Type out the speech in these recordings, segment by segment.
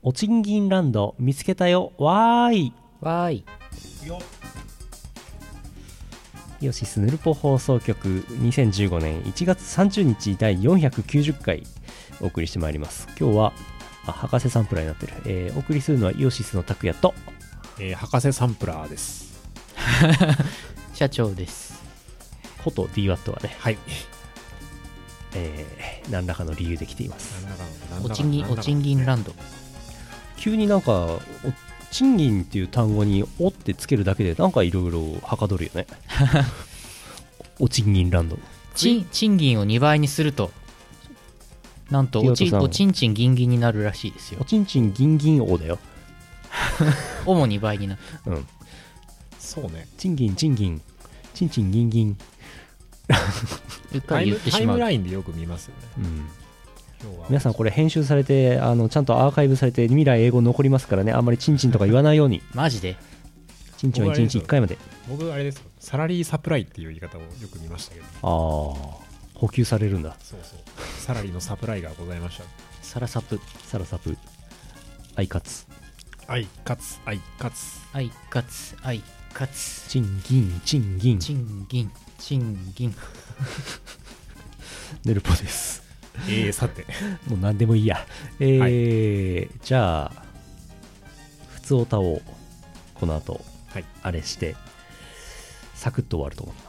おちんぎんランド見つけたよわーいわーいよイオシスヌルポ放送局2015年1月30日第490回お送りしてまいります。今日は博士サンプラーになってる、お送りするのはイオシスの拓也と、 博士サンプラーです社長です。 こと DWAT はね、 はい、 何らかの理由で来ています。 おちんぎんランド。 急になんかお賃金っていう単語におってつけるだけでなんかいろいろはかどるよねお賃金ランド。 賃金を2倍にするとなんとおちんちんぎんぎんになるらしいですよ。 おちんちんぎんぎんおだよおも2倍になる。 うん、 そうね。 賃金ちんちんぎんぎんうっかり言ってタしまう。 イムラインでよく見ますよね。 うん、 今日は皆さんこれ編集されてちゃんとアーカイブされて未来英語残りますからね、あんまりチンチンとか言わないように。 マジでチンチンは1日1回まで。 僕あれですよ、サラリーサプライっていう言い方をよく見ましたけど。 補給されるんだ。 そうそう、サラリーのサプライがございました。 サラサプサラサプアイカツアイカツアイカツチンギンチンギンヌルポです。 さてもう何でもいいや。じゃあ普通オタをこの後、 はい、 あれしてサクッと終わると思います。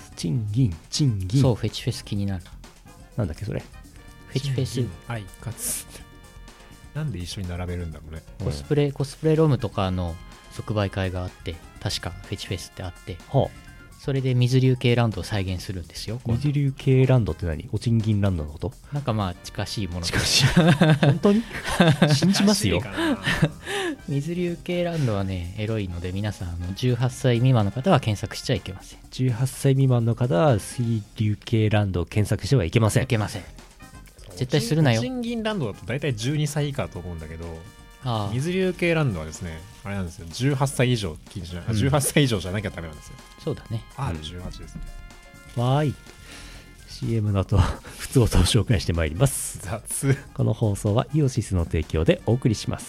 チンギンチンギン。 そう、フェチフェス気になる。 なんだっけそれ。 フェチフェスアイカツなんで一緒に並べるんだろうね。 コスプレロムとかの即売会があって、確かフェチフェスってあって、 はあ、 それで水流系ランドを再現するんですよ。 水流系ランドって何？おちんぎんランドのこと？ なんかまあ近しいもの。 近しい本当に信じますよ。 水流系ランドはねエロいので、皆さん18歳未満の方は検索しちゃいけません。 18歳未満の方は水流系ランドを検索してはいけません。 いけません。絶対するなよ。 おちんぎんランドだと大体12歳以下と思うんだけど、 ああ、 水流系ランドはですね、あれなんですよ、18歳以上禁止な、18歳以上じゃなきゃダメなんですよ。 そうだね。 18ですね。 わーい。 CM の後普通音を紹介してまいります。 雑。 この放送はイオシスの提供でお送りします。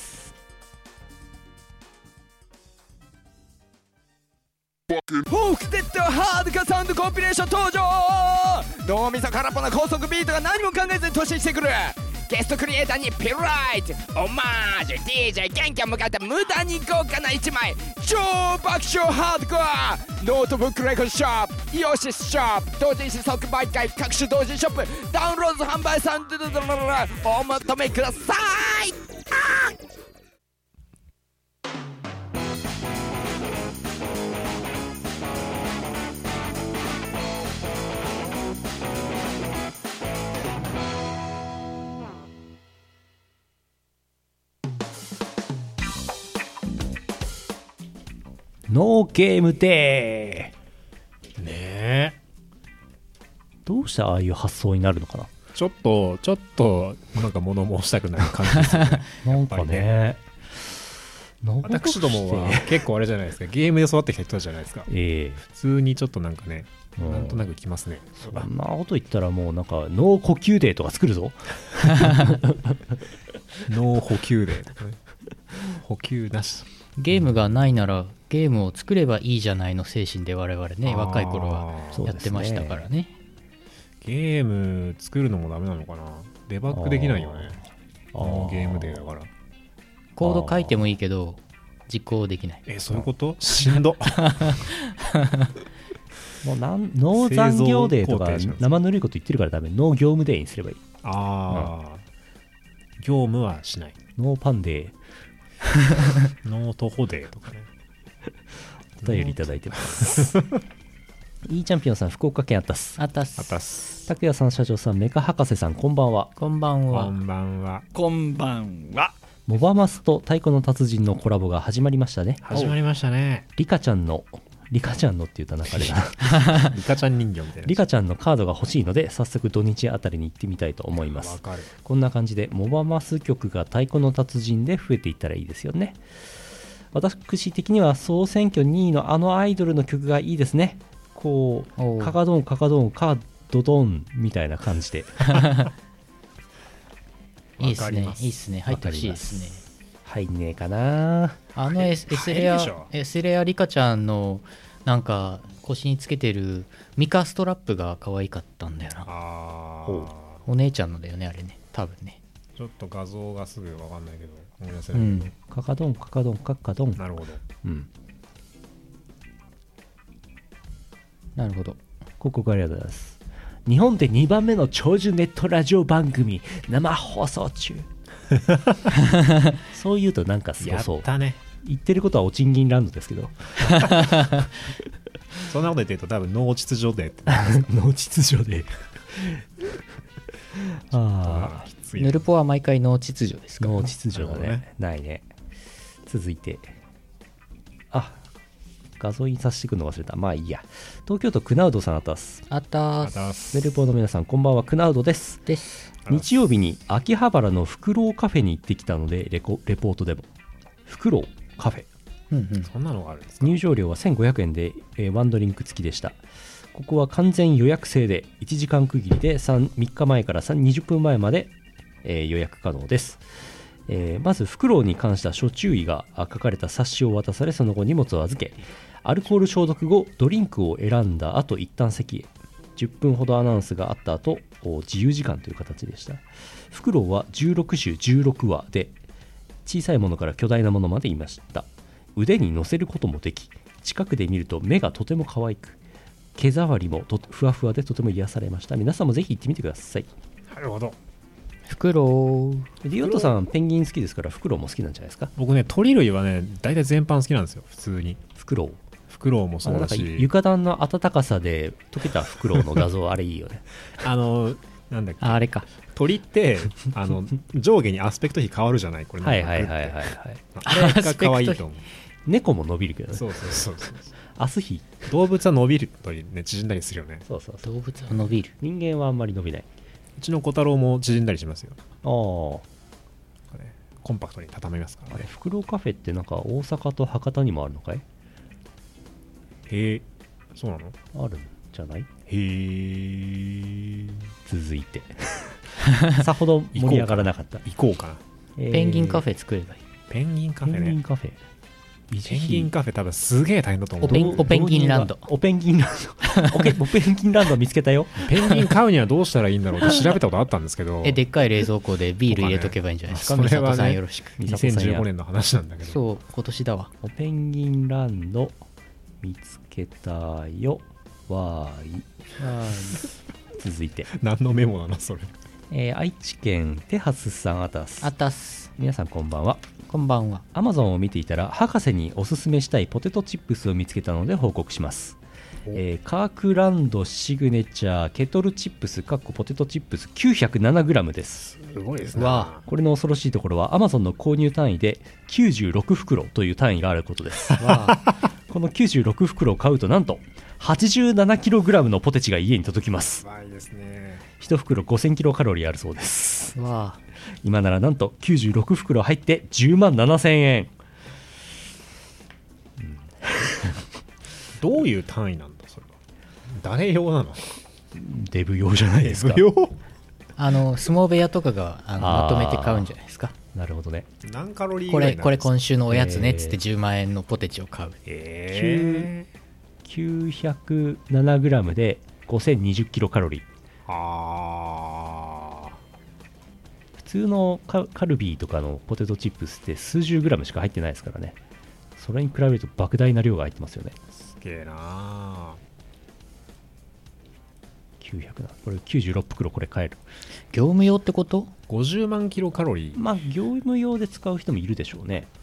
フォークテッドハードカサウンドコンピレーション登場。脳みそ空っぽな高速ビートが何も考えずに突進してくる。ゲストクリエイターにピルライトオマージュ DJ キャンキャン向かった無駄に豪華な一枚、超爆笑ハードコア。ノートブックレコードショップ、イオシスショップ、同人誌即売会、各種同人ショップ、ダウンロード販売さんお求めください。 ノーゲームデねえ、 ー。どうしてああいう発想になるのかな。 ちょっとなんか物申したくなる感じですよねなんかね、 私どもは結構あれじゃないですか、ゲームで育ってきた人たちじゃないですか。普通にちょっとなんかね、なんとなくきますね。 そんなこと言ったらもうなんかノー呼吸デーとか作るぞ脳補給デーとかね補給なし。 ゲームがないならゲームを作ればいいじゃないの精神で我々ね、若い頃はやってましたからね。 ゲーム作るのもダメなのかな。デバッグできないよね。ゲームデーだから。 コード書いてもいいけど実行できない。 そういうこと？しんどもうノー残業デーとか生ぬるいこと言ってるからダメ。ノー業務デーにすればいい。 業務はしない。 ノーパンデーノートホデーとかねお便りいただいてますいいチャンピオンさん、福岡県あったす。 あったす。 拓也さん、社長さん、メカ博士さん、こんばんは。 こんばんは。 こんばんは。 モバマスと太鼓の達人のコラボが始まりましたね。 始まりましたね。 リカちゃんのって言った中でリカちゃん人形みたいな。 リカちゃんのカードが欲しいので早速土日あたりに行ってみたいと思います。 わかる。 こんな感じでモバマス曲が太鼓の達人で増えていったらいいですよね。私的には総選挙2位のあのアイドルの曲がいいですね。こうカカドンカカドンカードドンみたいな感じでいいですね、いいですね、入ってほしいですね。 入んねえかな。 S レアリカちゃんのなんか腰につけてるミカストラップが可愛かったんだよな。お姉ちゃんのだよね、あれね、多分ね。 ちょっと画像がすぐ分かんないけど思い出せないけど、 カカドンカカドンカカドン。 なるほど。 なるほど。広告ありがとうございます。日本で2番目の長寿ネットラジオ番組生放送中。そう言うとなんかすごそう。 やったね。 言ってることはおちんぎんランドですけど。 そんなこと言ってると多分脳秩序で脳秩序でああ、ヌルポは毎回脳秩序ですか。 脳秩序がね、ないね。続いて、画像印刷してくるの忘れた。まあいいや。東京都クナウドさん、あたす。メルポの皆さん、こんばんは。クナウドです。日曜日に秋葉原のフクロウカフェに行ってきたので、レポートでも。フクロウカフェ。 そんなのがあるんですか。 入場料は1500円で、ワンドリンク付きでした。ここは完全予約制で、1時間区切りで 3日前から20分前まで、予約可能です。まずフクロウに関しては諸注意が書かれた冊子を渡され、その後荷物を預け、アルコール消毒後ドリンクを選んだ後一旦席へ。10分ほどアナウンスがあった後自由時間という形でした。フクロウは16種16羽で、小さいものから巨大なものまでいました。腕に乗せることもでき、近くで見ると目がとても可愛く、毛触りもふわふわでとても癒されました。皆さんもぜひ行ってみてください。 なるほど。 フクロウ。 リオットさんペンギン好きですから、フクロウも好きなんじゃないですか。 僕ね、鳥類はね大体全般好きなんですよ。普通にフクロウもそうだし、 床暖の暖かさで溶けたフクロウの画像あれいいよね。 なんだっけ、 あれか。 鳥って上下にアスペクト比変わるじゃない。これはいあれが可愛いと思う。 猫も伸びるけどね。 そうアス比。 動物は伸びるとね、縮んだりするよね。 そう動物は伸びる。 人間はあんまり伸びない。 うちの小太郎も縮んだりしますよ。 コンパクトに畳めますからね。 あれフクロウカフェってなんか大阪と博多にもあるのかい。 へえ、そうなの。 あるんじゃない。 へえ。 続いてさほど盛り上がらなかった。 行こうかな。 ペンギンカフェ作ればいい。 ペンギンカフェね。 ペンギンカフェペンギンカフェ多分すげえ大変だと思う。 おペンギンランド。 おペンギンランド。おペンギンランド見つけたよ。 ペンギン買うにはどうしたらいいんだろうって調べたことあったんですけど。 でっかい冷蔵庫でビール入れとけばいいんじゃないですか。 それはね、 よろしく。 2015年の話なんだけど。 そう、今年だわ。 おペンギンランド見つけたよ。わーい。続いて。 何のメモなのそれ。 愛知県テハスさん、あたす。皆さんこんばんは。 こんばんは。 Amazon を見ていたら博士におすすめしたいポテトチップスを見つけたので報告します。カークランドシグネチャーケトルチップスポテトチップス 907g です。 すごいですね。 これの恐ろしいところは Amazon の購入単位で96袋という単位があることです。この96袋を買うとなんと 87kg のポテチが家に届きます。 いいですね。 1袋5000キロカロリーあるそうです。今ならなんと96袋入って10万7000円。 どういう単位なんだそれは。誰用なの。 デブ用じゃないですか。 デブ用。 相撲部屋とかがまとめて買うんじゃないですか。 なるほどね。 何カロリーぐらいなんですか。 これ今週のおやつねっつって10万円のポテチを買う。 907g で5020キロカロリー。普通のカルビーとかのポテトチップスって数十グラムしか入ってないですからね。それに比べると莫大な量が入ってますよね。 すげえな。 900だ。これ96袋これ買える。 業務用ってこと。 50万キロカロリー。 まあ業務用で使う人もいるでしょうね。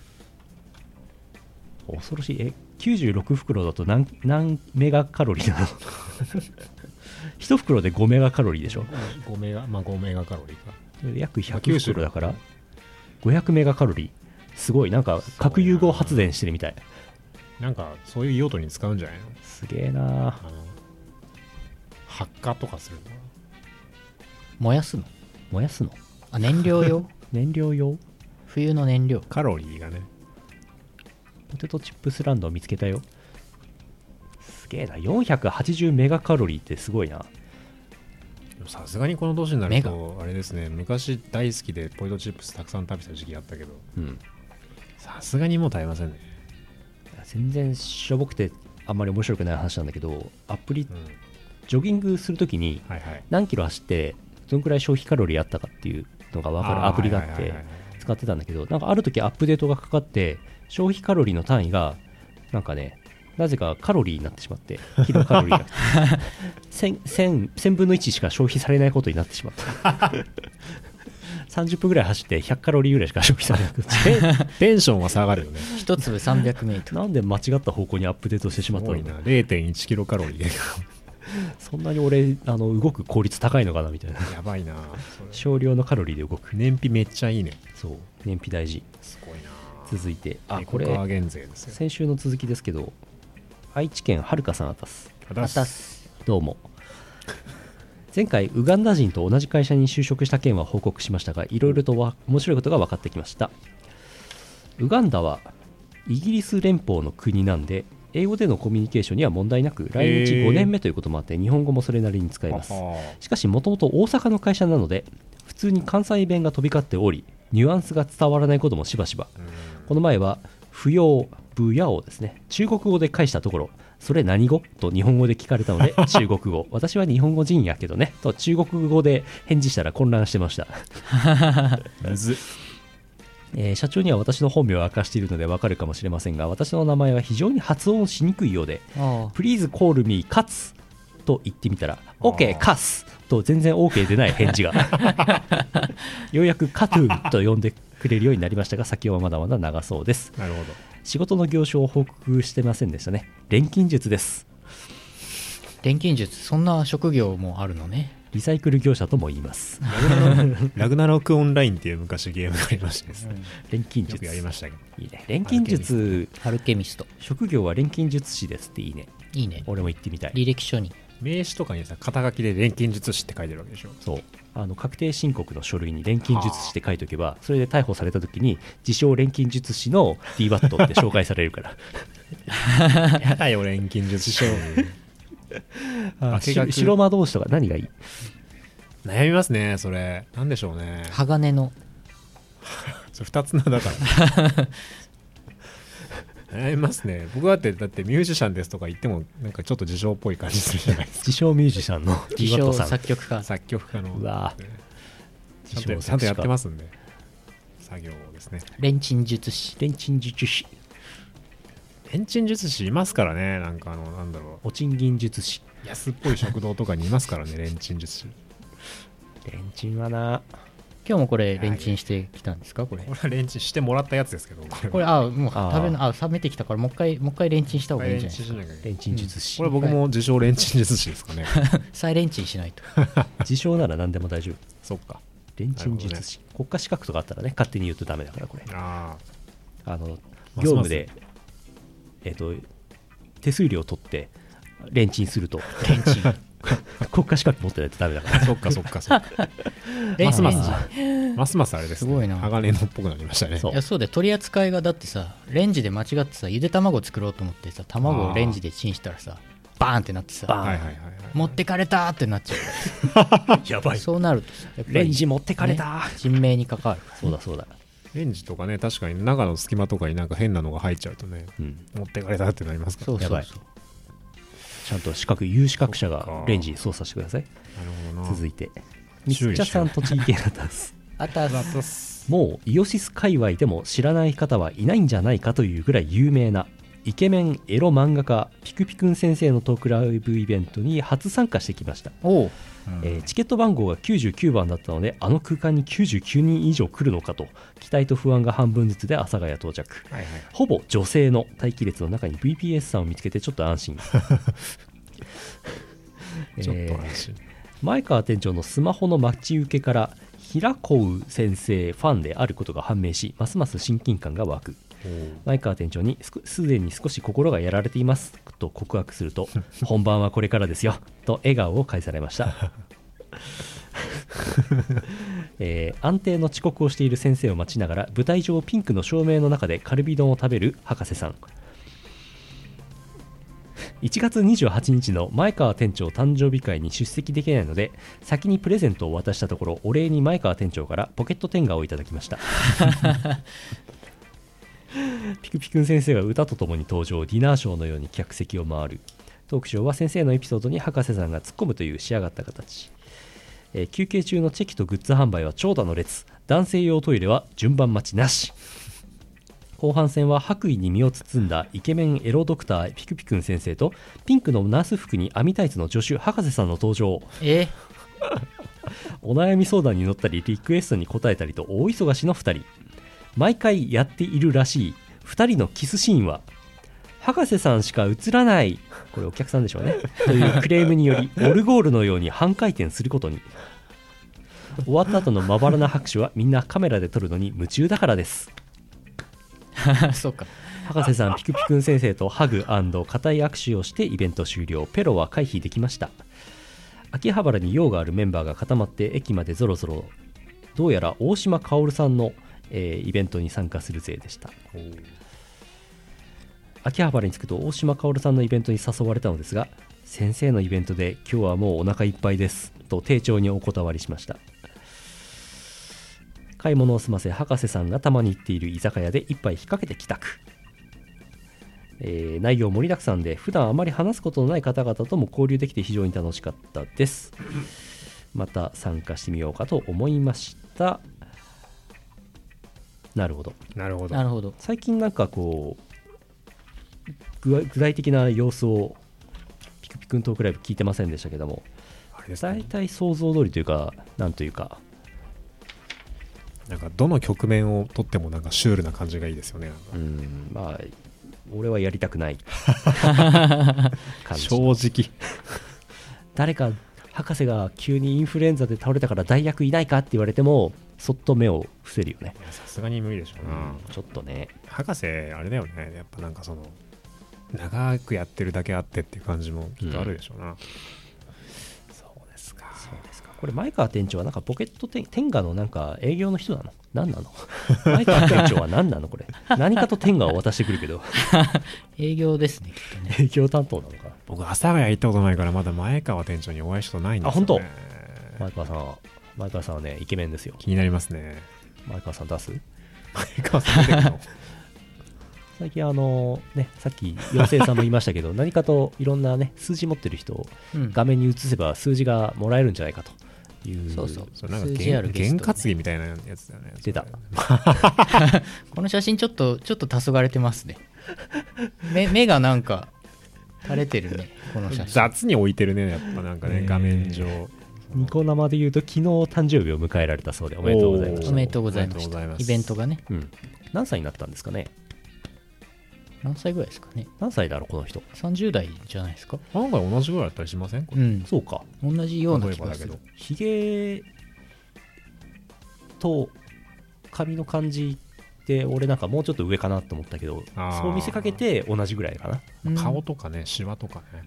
恐ろしい。96袋だと何メガカロリーなの。1袋で5メガカロリーでしょ。 5メガカロリーか。 約100袋だから500メガカロリー。すごい。なんか核融合発電してるみたい。 なんかそういう用途に使うんじゃないの。 すげえな。 発火とかするの。 燃やすの。燃料用。 燃料用。 冬の燃料。 カロリーがね。 ポテトチップスランドを見つけたよ。すげえな。480メガカロリーってすごいな。 さすがにこの年になるとあれですね、昔大好きでポテトチップスたくさん食べた時期あったけど、さすがにもう食べませんね。 全然しょぼくてあんまり面白くない話なんだけど、アプリ、ジョギングするときに何キロ走ってどのくらい消費カロリーあったかっていうのが分かるアプリがあって使ってたんだけど、なんかある時アップデートがかかって消費カロリーの単位がなんかね、なぜかカロリーになってしまって、キロカロリーが1000分の1しか消費されないことになってしまった30分ぐらい走って100カロリーぐらいしか消費されなくてテンションは下がるよね。 一粒300メートル。 なんで間違った方向にアップデートしてしまったのか。 0.1 キロカロリーそんなに俺動く効率高いのかなみたいな。 やばいな。 少量のカロリーで動く。 燃費めっちゃいいね。 そう、燃費大事。 すごいな。 続いて、 これ減税ですよ。 先週の続きですけど、愛知県はるかさんあたす。どうも。前回ウガンダ人と同じ会社に就職した件は報告しましたが、いろいろと面白いことが分かってきました。ウガンダはイギリス連邦の国なんで、英語でのコミュニケーションには問題なく、来日5年目ということもあって日本語もそれなりに使えます。しかしもともと大阪の会社なので、普通に関西弁が飛び交っており、ニュアンスが伝わらないこともしばしば。この前は不要不要ですね、中国語で返したところ、それ何語と日本語で聞かれたので中国語私は日本語人やけどねと中国語で返事したら混乱してましたむず社長には私の本名を明かしているのでわかるかもしれませんが、私の名前は非常に発音しにくいようで、 Please call me カツと言ってみたら OK カスと全然 OK でない返事がようやくカトゥーンと呼んでくれるようになりましたが、先はまだまだ長そうです。 なるほど。 仕事の業種を報告してませんでしたね。錬金術です。 錬金術、そんな職業もあるのね。 リサイクル業者とも言います。 ラグナロクオンラインっていう昔ゲームがありましてですね、 錬金術よくやりましたけど、 いいね。錬金術、 アルケミスト、 職業は錬金術師ですっていいね。 いいね。 俺も言ってみたい。 履歴書に名刺とかにさ、肩書きで錬金術師って書いてるわけでしょ。 そう、確定申告の書類に錬金術師って書いておけば、それで逮捕された時に自称錬金術師の DWAT って紹介されるからやだよ錬金術師白魔導士とか何がいい？ 悩みますね。それなんでしょうね。 鋼のそれ2つなんだから悩みますね。僕だってミュージシャンですとか言ってもなんかちょっと自称っぽい感じするじゃないですか。 自称ミュージシャンの自称作曲家の、 うわちゃんとやってますんで、作業ですね。 錬金術師錬金術師いますからね。なんかなんだろう、 お賃金術師、 安っぽい食堂とかにいますからね錬金術師。 錬金はな、 今日もこれレンチンしてきたんですか？これはレンチンしてもらったやつですけど、 これもう食べるの冷めてきたからもう一回レンチンした方がいいんじゃないですか？ レンチン術師、 これ僕も自称レンチン術師ですかね再レンチンしないと自称なら何でも大丈夫。 そっか、 レンチン術師、国家資格とかあったらね、勝手に言うとダメだから。これ業務で手数料を取ってレンチンするとレンチン国家資格持ってないとダメだからそっかますますあれですね、すごいな、鋼のっぽくなりましたね。 いやそうで、取り扱いがだってさ、レンジで間違ってさ、ゆで卵作ろうと思ってさ、卵をレンジでチンしたらさ、バーンってなってさ、持ってかれたってなっちゃうやばい。 そうなるとさ、 レンジ持ってかれた、 人命に関わる。 そうだレンジとかね、確かに中の隙間とかになんか変なのが入っちゃうとね、持ってかれたってなりますから。 やばい。ちゃんと有資格者がレンジ操作してください。 なるほどな。 続いてみっちゃさん栃木県あたす。 もうイオシス界隈でも知らない方はいないんじゃないかというぐらい有名なイケメンエロ漫画家ピクピクン先生のトークライブイベントに初参加してきました。チケット番号が99番だったので、あの空間に99人以上来るのかと期待と不安が半分ずつで阿佐ヶ谷到着、ほぼ女性の待機列の中に VPS さんを見つけてちょっと安心前川店長のスマホの待ち受けから平子先生ファンであることが判明し、ますます親近感が湧く。前川店長にすでに少し心がやられていますと告白すると本番はこれからですよと笑顔を返されました安定の遅刻をしている先生を待ちながら舞台上ピンクの照明の中でカルビ丼を食べる博士さん。 1月28日の前川店長誕生日会に出席できないので先にプレゼントを渡したところ、お礼に前川店長からポケットテンガをいただきました。ピクピクン先生が歌とともに登場、ディナーショーのように客席を回る。トークショーは先生のエピソードに博士さんが突っ込むという仕上がった形。休憩中のチェキとグッズ販売は長蛇の列、男性用トイレは順番待ちなし。後半戦は白衣に身を包んだイケメンエロドクターピクピクン先生とピンクのナース服に網タイツの助手博士さんの登場。お悩み相談に乗ったりリクエストに答えたりと大忙しの2人。毎回やっているらしい2人のキスシーンは博士さんしか映らない、これお客さんでしょうねというクレームによりオルゴールのように半回転することに。終わった後のまばらな拍手はみんなカメラで撮るのに夢中だからです。 そうか。 博士さんピクピクン先生とハグ&固い握手をしてイベント終了。ペロは回避できました。秋葉原に用があるメンバーが固まって駅までぞろぞろ。どうやら大島かおるさんの、イベントに参加する勢でした。秋葉原に着くと大島かおるさんのイベントに誘われたのですが、先生のイベントで今日はもうお腹いっぱいですと丁重にお断りしました。買い物を済ませ博士さんがたまに行っている居酒屋で一杯引っ掛けて帰宅。内容盛りだくさんで普段あまり話すことのない方々とも交流できて非常に楽しかったです。また参加してみようかと思いました。なるほどなるほどなるほど。 最近なんかこう具体的な様子をピクピクントークライブ聞いてませんでしたけども、大体想像通りというかなんというか、 なんかどの局面をとってもなんかシュールな感じがいいですよね。 まあ俺はやりたくない感じ。 正直誰か博士が急にインフルエンザで倒れたから代役いないかって言われてもそっと目を伏せるよね。 さすがに無理でしょうな、 ちょっとね。 博士あれだよね、やっぱなんかその長くやってるだけあってっていう感じもきっとあるでしょうな、そうですか。 これ前川店長はなんかポケットテンガのなんか営業の人なの？何なの？前川店長は何なのこれ？何かとテンガを渡してくるけど営業ですねきっとね。 営業担当なのか。 僕阿佐ヶ谷行ったことないからまだ前川店長にお会いしたことないんですよね。 あ、本当？前川さんはねイケメンですよ。 気になりますね。 前川さん出す？ 前川さん出てくの最近ね、さっき妖精さんも言いましたけど何かといろんなね数字持ってる人を画面に映せば数字がもらえるんじゃないかという、 そうなんか験担ぎみたいなやつだよね。 出たこの写真ちょっと黄昏れてますね。目がなんか垂れてるねこの写真。 雑に置いてるねやっぱなんかね、画面上。 ニコ生で言うと昨日誕生日を迎えられたそうでおめでとうございました。 おめでとうございました。イベントがね、 何歳になったんですかね。 何歳ぐらいですかね。 何歳だろうこの人。 30代じゃないですか。 案外同じぐらいだったりしません？ そうか、 同じような気がする。 ひげと髪の感じって俺なんかもうちょっと上かなと思ったけど、そう見せかけて同じぐらいかな。 顔とかね、シワとかね。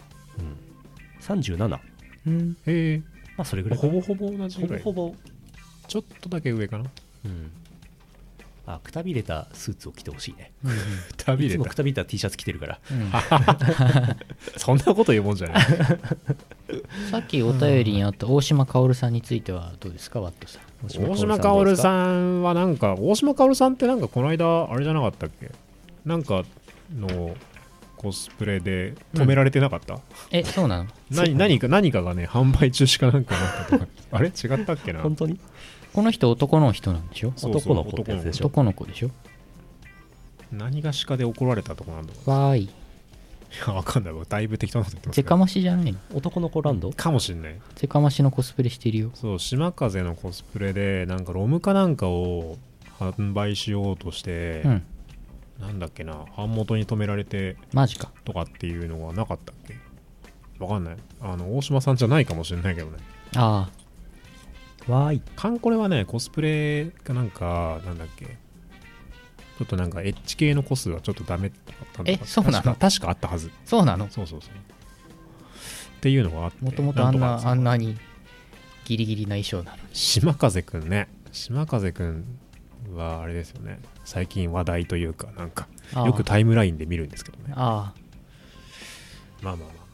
37。 へえ。 まあそれぐらい。 ほぼほぼ同じぐらい。 ほぼちょっとだけ上かな。 くたびれたスーツを着てほしいね。 くたびれた。 いつもくたびれた T シャツ着てるから。 そんなこと言うもんじゃない。 さっきお便りにあった大島かおるさんについてはどうですか、ワットさん。 大島かおるさんはなんか、大島かおるさんってなんかこの間あれじゃなかったっけ？なんかのコスプレで止められてなかった？ そうなの？ 何かがね、販売中止かなんかなったとか。あれ違ったっけな。 本当に？ この人男の人なんでしょ？ 男の子ってやつでしょ？ 男の子でしょ？ 何が鹿で怒られたとこなんだろう。 わーい。 いや、わかんない。だいぶ適当なこと言ってます。 ゼカマシじゃないの？ 男の子ランドかもしんない。 ゼカマシのコスプレしてるよ。 そう、島風のコスプレでなんかロムかなんかを販売しようとして、なんだっけな、版元に止められてマジかとかっていうのがなかったっけ？わかんない。大島さんじゃないかもしれないけどね。 ああ。 わーい。 カンコレはね、コスプレがなんか、なんだっけ、ちょっとなんかエッジ系のコスはちょっとダメだったんだ。 そうなの？ 確かあったはず。 そうなの？ そうっていうのがあって、 もともとあんなにギリギリな衣装なの。 島風くんね。島風くんはあれですよね。最近話題というか、なんかよくタイムラインで見るんですけどね。 まあまあまあ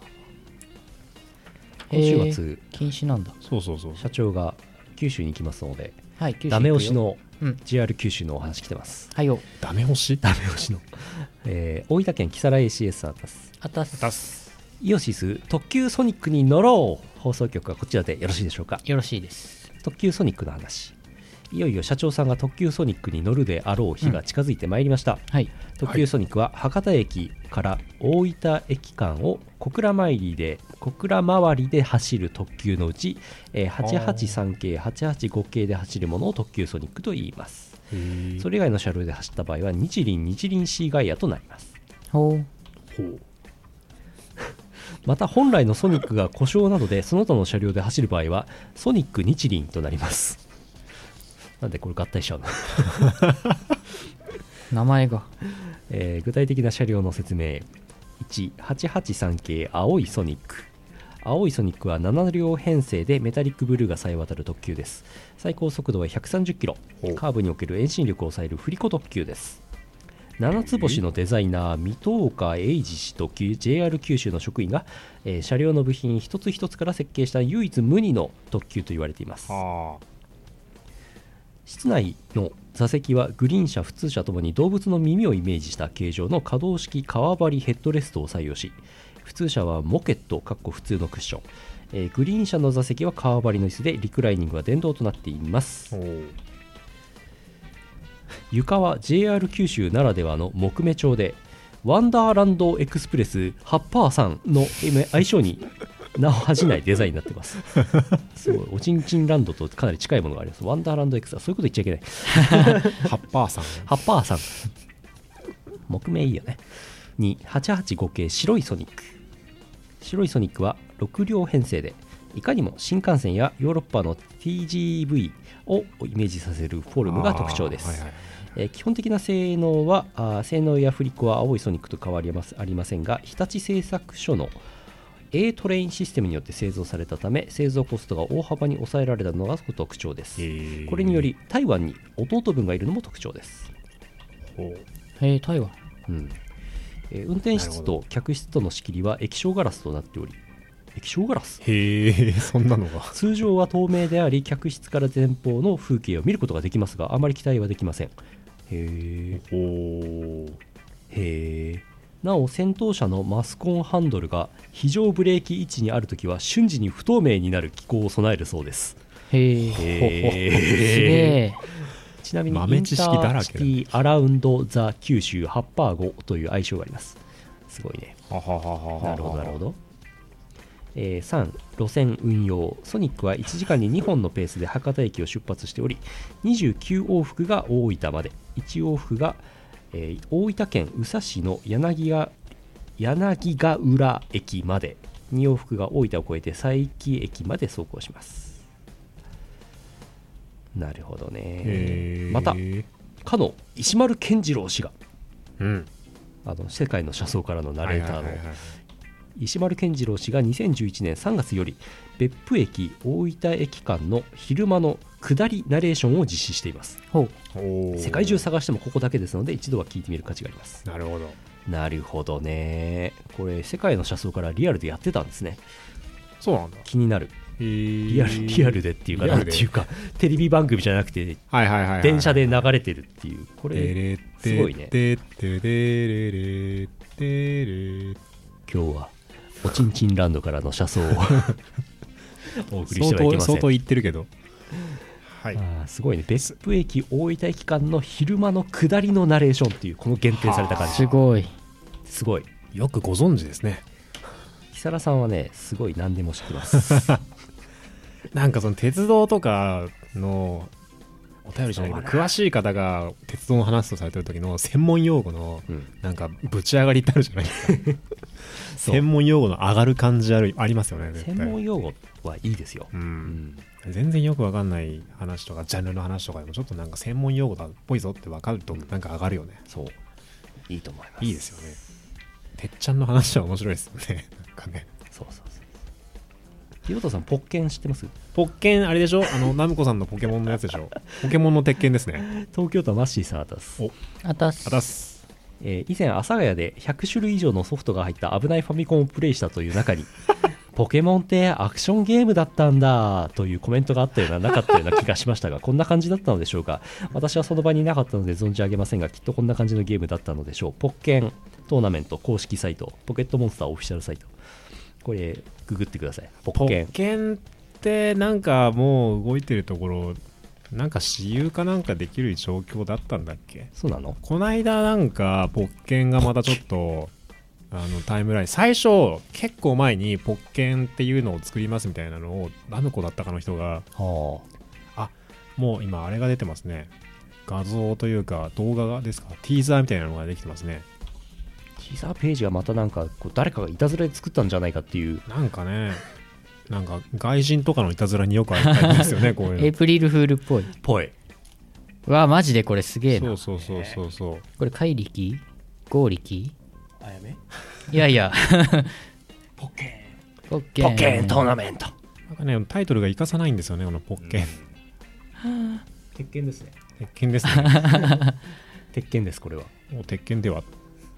今週末、 禁止なんだ。 そうそうそう社長が九州に行きますので、 はい、 ダメ押しのうん JR 九州のお話来てます。 はいよ。 ダメ押しダメ押しの、大分県木更 ACS アタスあたす。 出すイオシス特急ソニックに乗ろう。放送局はこちらでよろしいでしょうか。 よろしいです。 特急ソニックの話、いよいよ社長さんが特急ソニックに乗るであろう日が近づいてまいりました、 はい。 特急ソニックは博多駅から大分駅間を小倉回りで走る特急のうち、883系885系で走るものを特急ソニックと言います。それ以外の車両で走った場合は日輪シーガイアとなります。 ほう。 また本来のソニックが故障などでその他の車両で走る場合はソニック日輪となります。なんでこれ合体しちゃうの名前が。 具体的な車両の説明。1、883系青いソニック。青いソニックは7両編成でメタリックブルーがさえ渡る特急です。最高速度は130キロ。カーブにおける遠心力を抑える振り子特急です。7つ星のデザイナー水戸岡英二氏と JR 九州の職員が、車両の部品一つ一つから設計した唯一無二の特急と言われています。室内の座席はグリーン車普通車ともに動物の耳をイメージした形状の可動式革張りヘッドレストを採用し、普通車はモケット普通のクッション、グリーン車の座席は革張りの椅子でリクライニングは電動となっています。床は JR 九州ならではの木目調でワンダーランドエクスプレスハッパーさんの愛称に名を恥じないデザインになっています。すごいおちんちんランドとかなり近いものがあります。ワンダーランドエクスはそういうこと言っちゃいけない。 ハッパーさんハッパーさん木目いいよね。2、885系白いソニック。白いソニックは6両編成でいかにも新幹線やヨーロッパの TGV をイメージさせるフォルムが特徴です。基本的な性能や振り子は青いソニックと変わりありませんが、日立製作所の A トレインシステムによって製造されたため製造コストが大幅に抑えられたのが特徴です。これにより台湾に弟分がいるのも特徴です。 台湾、 運転室と客室との仕切りは液晶ガラスとなっており、液晶ガラス、 そんなのが通常は透明であり客室から前方の風景を見ることができますがあまり期待はできません。なお先頭車のマスコンハンドルが非常ブレーキ位置にあるときは瞬時に不透明になる機構を備えるそうです。 すげえ。 ちなみにインターシティアラウンドザ九州ハッパー5という愛称があります。すごいね。なるほどなるほど。3、路線運用。ソニックは1時間に2本のペースで博多駅を出発しており、29往復が大分まで、1往復が、大分県宇佐市の柳ヶ浦駅まで、2往復が大分を越えて佐伯駅まで走行します。なるほどね。またかの石丸健二郎氏が、世界の車窓からのナレーターの石丸健二郎氏が2011年3月より別府駅大分駅間の昼間の下りナレーションを実施しています。世界中探してもここだけですので一度は聞いてみる価値があります。 なるほどなるほどね。これ世界の車窓からリアルでやってたんですね。 そうなんだ。 気になる。リアルでっていうかなんていうかテレビ番組じゃなくて電車で流れてるっていう、これすごいね。今日はおちんちんランドからの車窓をお送りしてはいけません。 相当言ってるけど、 すごいね。別府駅大分駅間の昼間の下りのナレーションっていうこの限定された感じ、 すごいよくご存知ですね。 木更さんはねすごい何でも知ってますなんかその鉄道とかのお便りじゃないけど詳しい方が鉄道の話とされてる時の専門用語のなんかぶち上がりってあるじゃないですか専門用語の上がる感じありますよね。 専門用語はいいですよ、 全然よく分かんない話とかジャンルの話とかでもちょっとなんか専門用語だっぽいぞって分かるとなんか上がるよね。 そういいと思います。 いいですよね。てっちゃんの話は面白いですよね。なんかね。 そうひろとさんポッケン知ってます？ ポッケンあれでしょ、ナムコさんのポケモンのやつでしょポケモンの鉄拳ですね。 東京都マッシーさんあたす。 あたす。 以前阿佐ヶ谷で100種類以上のソフトが入った危ないファミコンをプレイしたという中にポケモンってアクションゲームだったんだというコメントがあったようななかったような気がしましたが、こんな感じだったのでしょうか。私はその場にいなかったので存じ上げませんが、きっとこんな感じのゲームだったのでしょう。ポッケントーナメント公式サイト、ポケットモンスターオフィシャルサイト、これググってください。ポッケンってなんかもう動いてるところなんか私有かなんかできる状況だったんだっけ。 そうなの。 こないだなんかポッケンがまたちょっとタイムライン最初結構前にポッケンっていうのを作りますみたいなのをナムコだったかの人が、もう今あれが出てますね。画像というか動画がですか、ティーザーみたいなのができてますね。 ティーザーページがまたなんかこう誰かがいたずらで作ったんじゃないかっていう、 なんかね、なんか外人とかのいたずらによくあるタイプですよねこういうの。 エイプリルフールっぽい。わあマジでこれすげえな。 そうこれ怪力合力あやめいやいやポッケントーナメント。 なんかねタイトルが生かさないんですよねこのポッケン。 鉄拳ですね。 鉄拳ですね。 鉄拳ですこれは。 もう鉄拳では。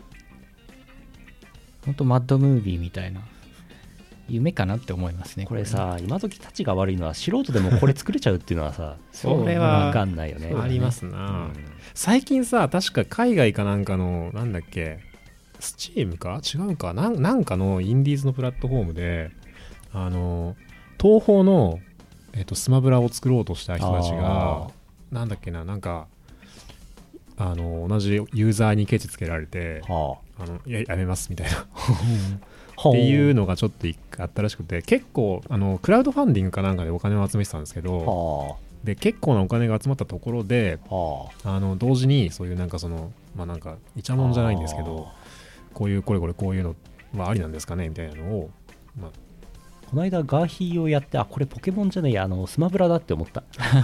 ほんとマッドムービーみたいな夢かなって思いますね。 これさ、今時たちが悪いのは素人でもこれ作れちゃうっていうのはさそれは分かんないよね。 ありますな、最近さ確か海外かなんかのなんだっけスチームか違うかなんかのインディーズのプラットフォームで東宝の、スマブラを作ろうとした人たちがなんだっけな、なんか同じユーザーにケチつけられて、やめますみたいなっていうのがちょっとあったらしくて、結構クラウドファンディングかなんかでお金を集めてたんですけど、で結構なお金が集まったところで同時にそういうなんかそのなんかイチャモンじゃないんですけど、こういうこういうのはありなんですかねみたいなのを、 この間ガーヒーをやって、これポケモンじゃねえや、スマブラだって思った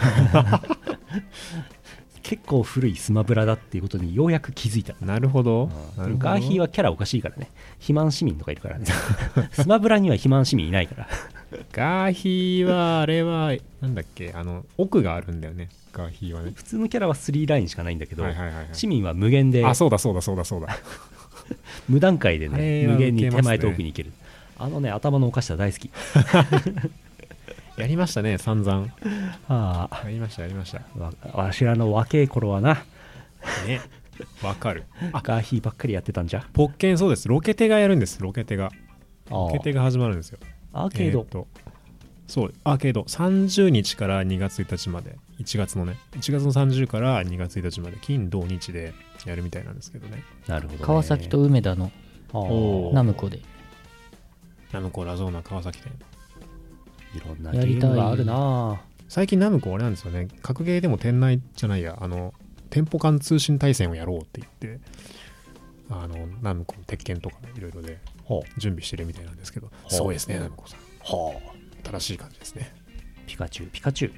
結構古いスマブラだっていうことにようやく気づいた。 なるほど、 ガーヒーはキャラおかしいからね。肥満市民とかいるからねスマブラには肥満市民いないからガーヒーはあれはなんだっけ、奥があるんだよねガーヒーはね。 普通のキャラは3ラインしかないんだけど、市民は無限で、 そうだ無段階でね無限に手前遠くに行ける。頭のお菓子は大好きやりましたね散々。 やりましたわしらの若い頃はなね。わかる。 ガーヒーばっかりやってたんじゃ。 ポッケンそうです。ロケテがやるんです。ロケテが始まるんですよ。 アーケード、 そうアーケード30日から2月1日まで、1月の30から2月1日まで金土日でやるみたいなんですけどね。 なるほどね。 川崎と梅田のナムコで、 ナムコラゾーナ川崎店、 いろんなゲームがあるな。 最近ナムコあれなんですよね、格ゲーでも店内じゃないや、店舗間通信対戦をやろうって言って、ナムコ鉄拳とかいろいろで準備してるみたいなんですけど、すごいですねナムコさん。新しい感じですね。 ピカチュウ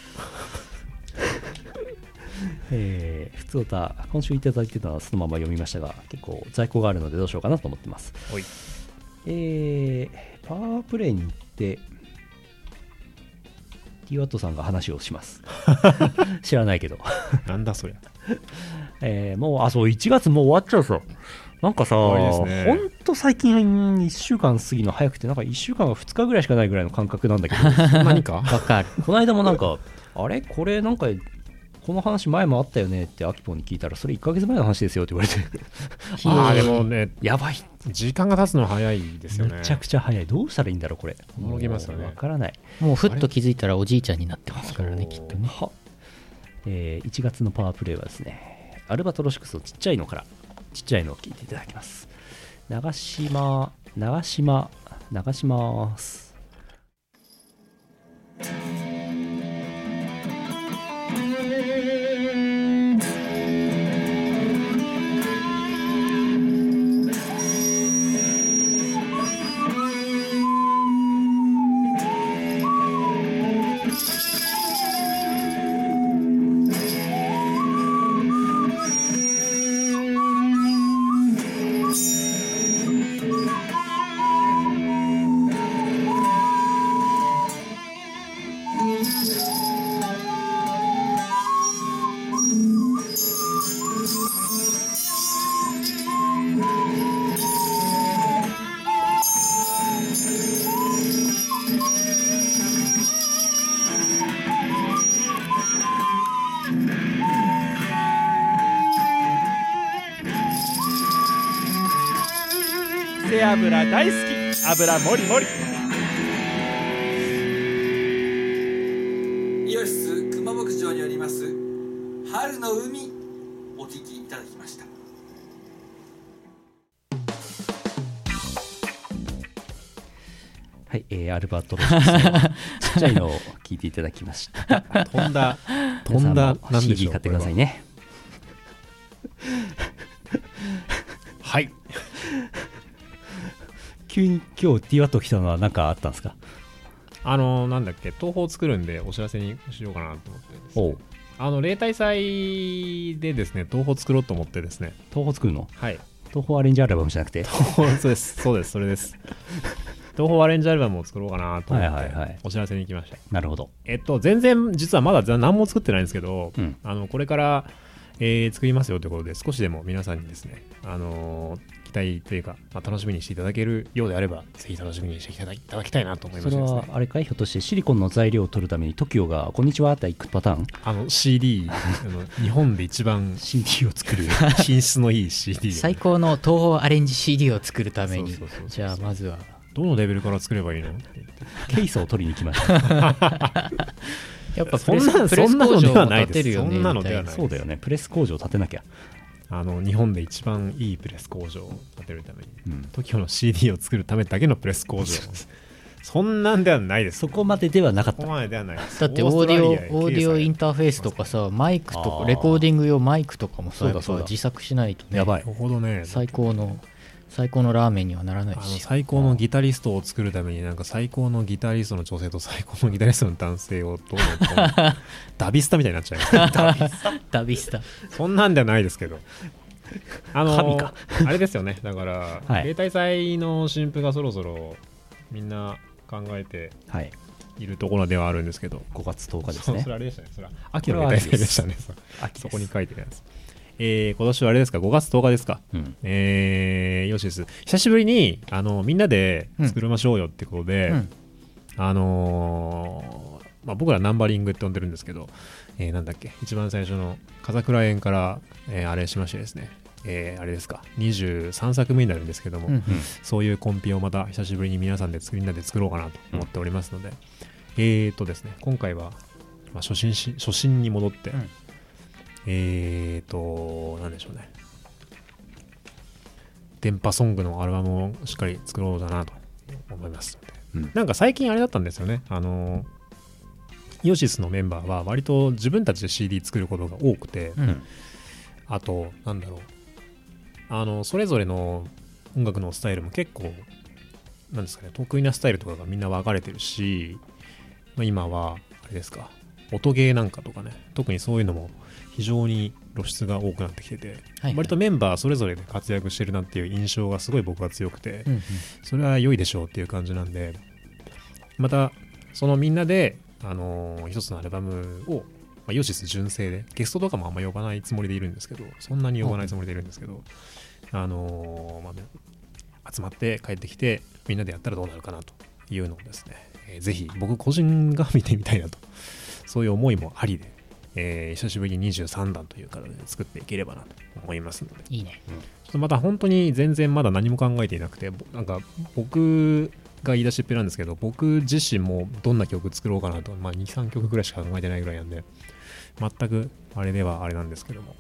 普通歌今週いただいてたのはそのまま読みましたが、結構在庫があるのでどうしようかなと思ってます。パワープレイに行ってT ワットさんが話をします知らないけどなんだそりゃ。 もうそう1月もう終わっちゃうぞ。なんかさ、ほんと最近1週間過ぎの早くて、なんか1週間が2日ぐらいしかないぐらいの感覚なんだけど何かわかる。 この間もなんかあれこれなんかこの話前もあったよねってアキポンに聞いたら、それ1ヶ月前の話ですよって言われてでもね、 やばい、 時間が経つの早いですよね。 めちゃくちゃ早い。どうしたらいいんだろうこれ。 驚きますよね。 わからない。 もうふっと気づいたらおじいちゃんになってますからね、きっとね。 1月のパワープレイはですね、アルバトロシクスのちっちゃいのを聞いていただきます。流します。 背脂大好き油もりもり。 イオシス熊牧場によります春の海、お聞きいただきました。 はい、アルバトロスのちっちゃいのを聞いていただきました。 飛んだなんでしょう。CD 買ってくださいね。 はい。 急に今日 TWAT 来たのは何かあったんですか？ なんだっけ、東宝作るんでお知らせにしようかなと思ってですね。例大祭でですね、東宝作ろうと思ってですね。 東宝作るの？ はい。 東宝アレンジアルバムじゃなくて？ そうです、それです。東宝アレンジアルバムを作ろうかなと思ってお知らせに行きました。 なるほど。 全然実はまだ何も作ってないんですけど、これから、作りますよということで、少しでも皆さんにですね、期待というか、楽しみにしていただけるようであれば、ぜひ楽しみにしていただきたいなと思いましてですね。 それはあれかい、ひょっとしてシリコンの材料を取るために TOKIO がこんにちはって行くパターン ？CD 日本で一番 CD を作る品質のいい CD 最高の東宝アレンジ CD を作るために、じゃあまずはどのレベルから作ればいいの？ ケースを取りに来ましたやっぱそんなのではないです。 そんなのではない。 そうだよね。プレス工場建てなきゃ。 日本で一番いいプレス工場を建てるために、TOKIO の CD を作るためだけのプレス工場そんなんではないです。 そこまでではなかった。 そこまでではないです。 だってオーディオインターフェースとかさ、マイクとかレコーディング用マイクとかもさ、自作しないとね。 やばい。 なるほどね。 最高のラーメンにはならないし、 最高のギタリストを作るためになんか最高のギタリストの女性と最高のギタリストの男性をどうのダビスタみたいになっちゃいますダビスタそんなんではないですけど、 神かあれですよね。だから例大祭の新譜がそろそろみんな考えているところではあるんですけど、 5月10日ですね。 それあれでしたね。それは秋の例大祭でしたね。そこに書いてるやつ。今年はあれですか、5月10日ですか。よしです。久しぶりにみんなで作りましょうよってことで、僕らナンバリングって呼んでるんですけど、なんだっけ、一番最初の風倉園から、あれしましてですね、あれですか、23作目になるんですけども、そういうコンピをまた久しぶりに皆さんでみんなで作ろうかなと思っておりますので、ですね、今回は、初心に戻って、なんでしょうね、電波ソングのアルバムをしっかり作ろうだなと思いますので、なんか最近あれだったんですよね。イオシスのメンバーは割と自分たちで CD 作ることが多くて、あとなんだろう、それぞれの音楽のスタイルも結構なんですかね、得意なスタイルとかがみんな分かれてるし、今はあれですか、音ゲーなんかとかね、特にそういうのも非常に露出が多くなってきてて、割とメンバーそれぞれで活躍してるなっていう印象がすごい僕は強くて、それは良いでしょうっていう感じなんで、またそのみんなで一つのアルバムを、イオシス純正でゲストとかもあんま呼ばないつもりでいるんですけど、そんなに呼ばないつもりでいるんですけど、集まって帰ってきてみんなでやったらどうなるかなというのをですね、ぜひ僕個人が見てみたいなと、そういう思いもありで、久しぶりに23弾という形で作っていければなと思いますので、 いいね。 ちょっとまた本当に全然まだ何も考えていなくて、なんか僕が言い出しっぺなんですけど、僕自身もどんな曲作ろうかなと、2、3曲ぐらいしか考えてないぐらいなんで、全くあれではあれなんですけども、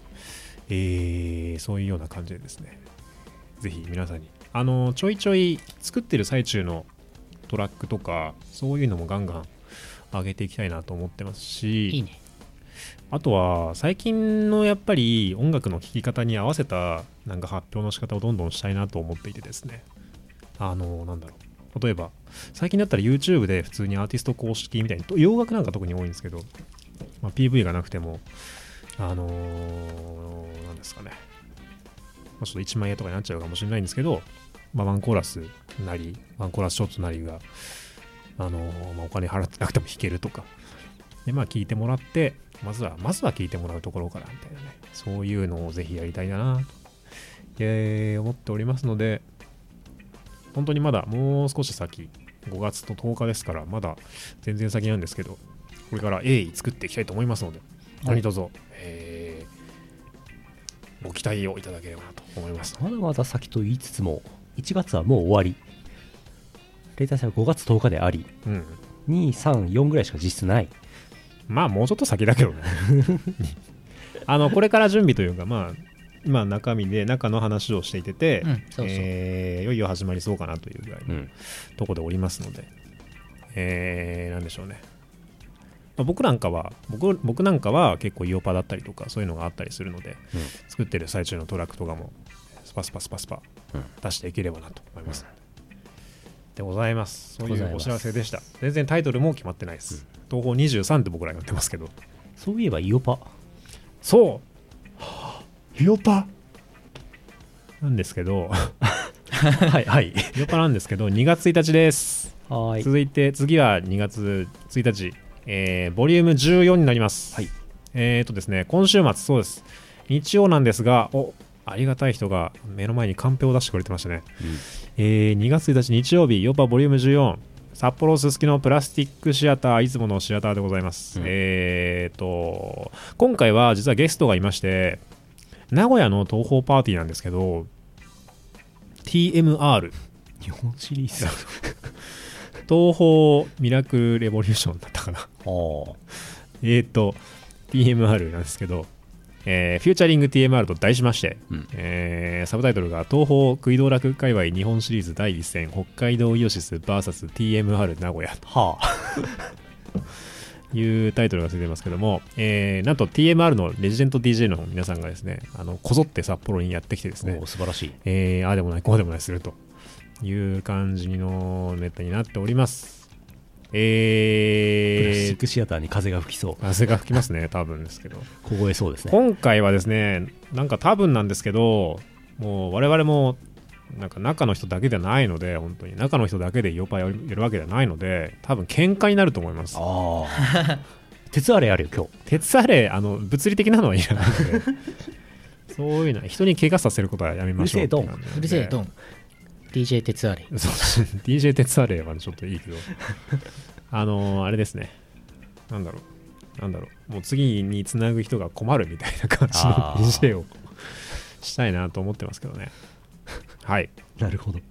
そういうような感じでですね、ぜひ皆さんにちょいちょい作ってる最中のトラックとかそういうのもガンガン上げていきたいなと思ってますし、 いいね。 あとは最近のやっぱり音楽の聴き方に合わせたなんか発表の仕方をどんどんしたいなと思っていてですね、なんだろう、例えば最近だったら YouTube で普通にアーティスト公式みたいに、洋楽なんか特に多いんですけど、PV がなくてもなんですかね、ちょっと1万円とかになっちゃうかもしれないんですけど、ワンコーラスなりワンコーラスショットなりがお金払ってなくても弾けるとかで、聞いてもらって、まずは聞いてもらうところからみたいなね、そういうのをぜひやりたいなと、思っておりますので、本当にまだもう少し先、5月と10日ですから、まだ全然先なんですけど、これから鋭意作っていきたいと思いますので、何卒、ご期待をいただければなと思います。 まだまだ先と言いつつも、 1月はもう終わり、例大祭は5月10日であり、 うん、 2、3、4ぐらいしか実質ない。 まあもうちょっと先だけどねこれから準備というか、まあ今中の話をしていて、 うん、そうそう、 いよいよ始まりそうかなというぐらいのところでおりますので、なんでしょうね、まあ、僕なんかは結構イオパだったりとかそういうのがあったりするので、作ってる最中のトラックとかもスパスパ、出していければなと思います、でございます。そういうお知らせでした。全然タイトルも決まってないです、東宝23って僕らやってますけど、 そういえばイオパ、 そうイオパなんですけどはいはい、 イオパなんですけど2月1日です。 はい、 続いて次は2月1日、ボリューム14になります。はい、ですね、今週末、そうです、日曜なんですが、ありがたい人が目の前にカンペを出してくれてましたね、2月1日日曜日、イオパボリューム14、札幌すすきのプラスティックシアター、いつものシアターでございます、今回は実はゲストがいまして、名古屋の東宝パーティーなんですけど TMR 日本シリーズ東宝ミラクルレボリューションだったかなTMR なんですけど、フューチャリング TMR と題しまして、サブタイトルが東宝食い道楽界隈日本シリーズ第一戦北海道イオシス VSTMR 名古屋というタイトルがついてますけども、なんと TMR のレジデント DJ の皆さんがですね、こぞって札幌にやってきてですね、 素晴らしい、ああでもないこうでもないするという感じのネタになっております。 プラスチックシアターに風が吹きそう。 風が吹きますね、多分ですけど。 凍えそうですね。 今回はですね、なんか多分なんですけど、もう我々もなんか中の人だけではないので、本当に中の人だけでイオパやるわけではないので、多分喧嘩になると思います。 鉄アレあるよ今日。 鉄アレ、物理的なのはいらないのでそういうのは人に怪我させることはやめましょう。 うるせえドン。DJ 鉄アレイ。 DJ 鉄アレイはちょっといいけどあれですね、なんだろう、もう次につなぐ人が困るみたいな感じの DJ をしたいなと思ってますけどねはい、 なるほど。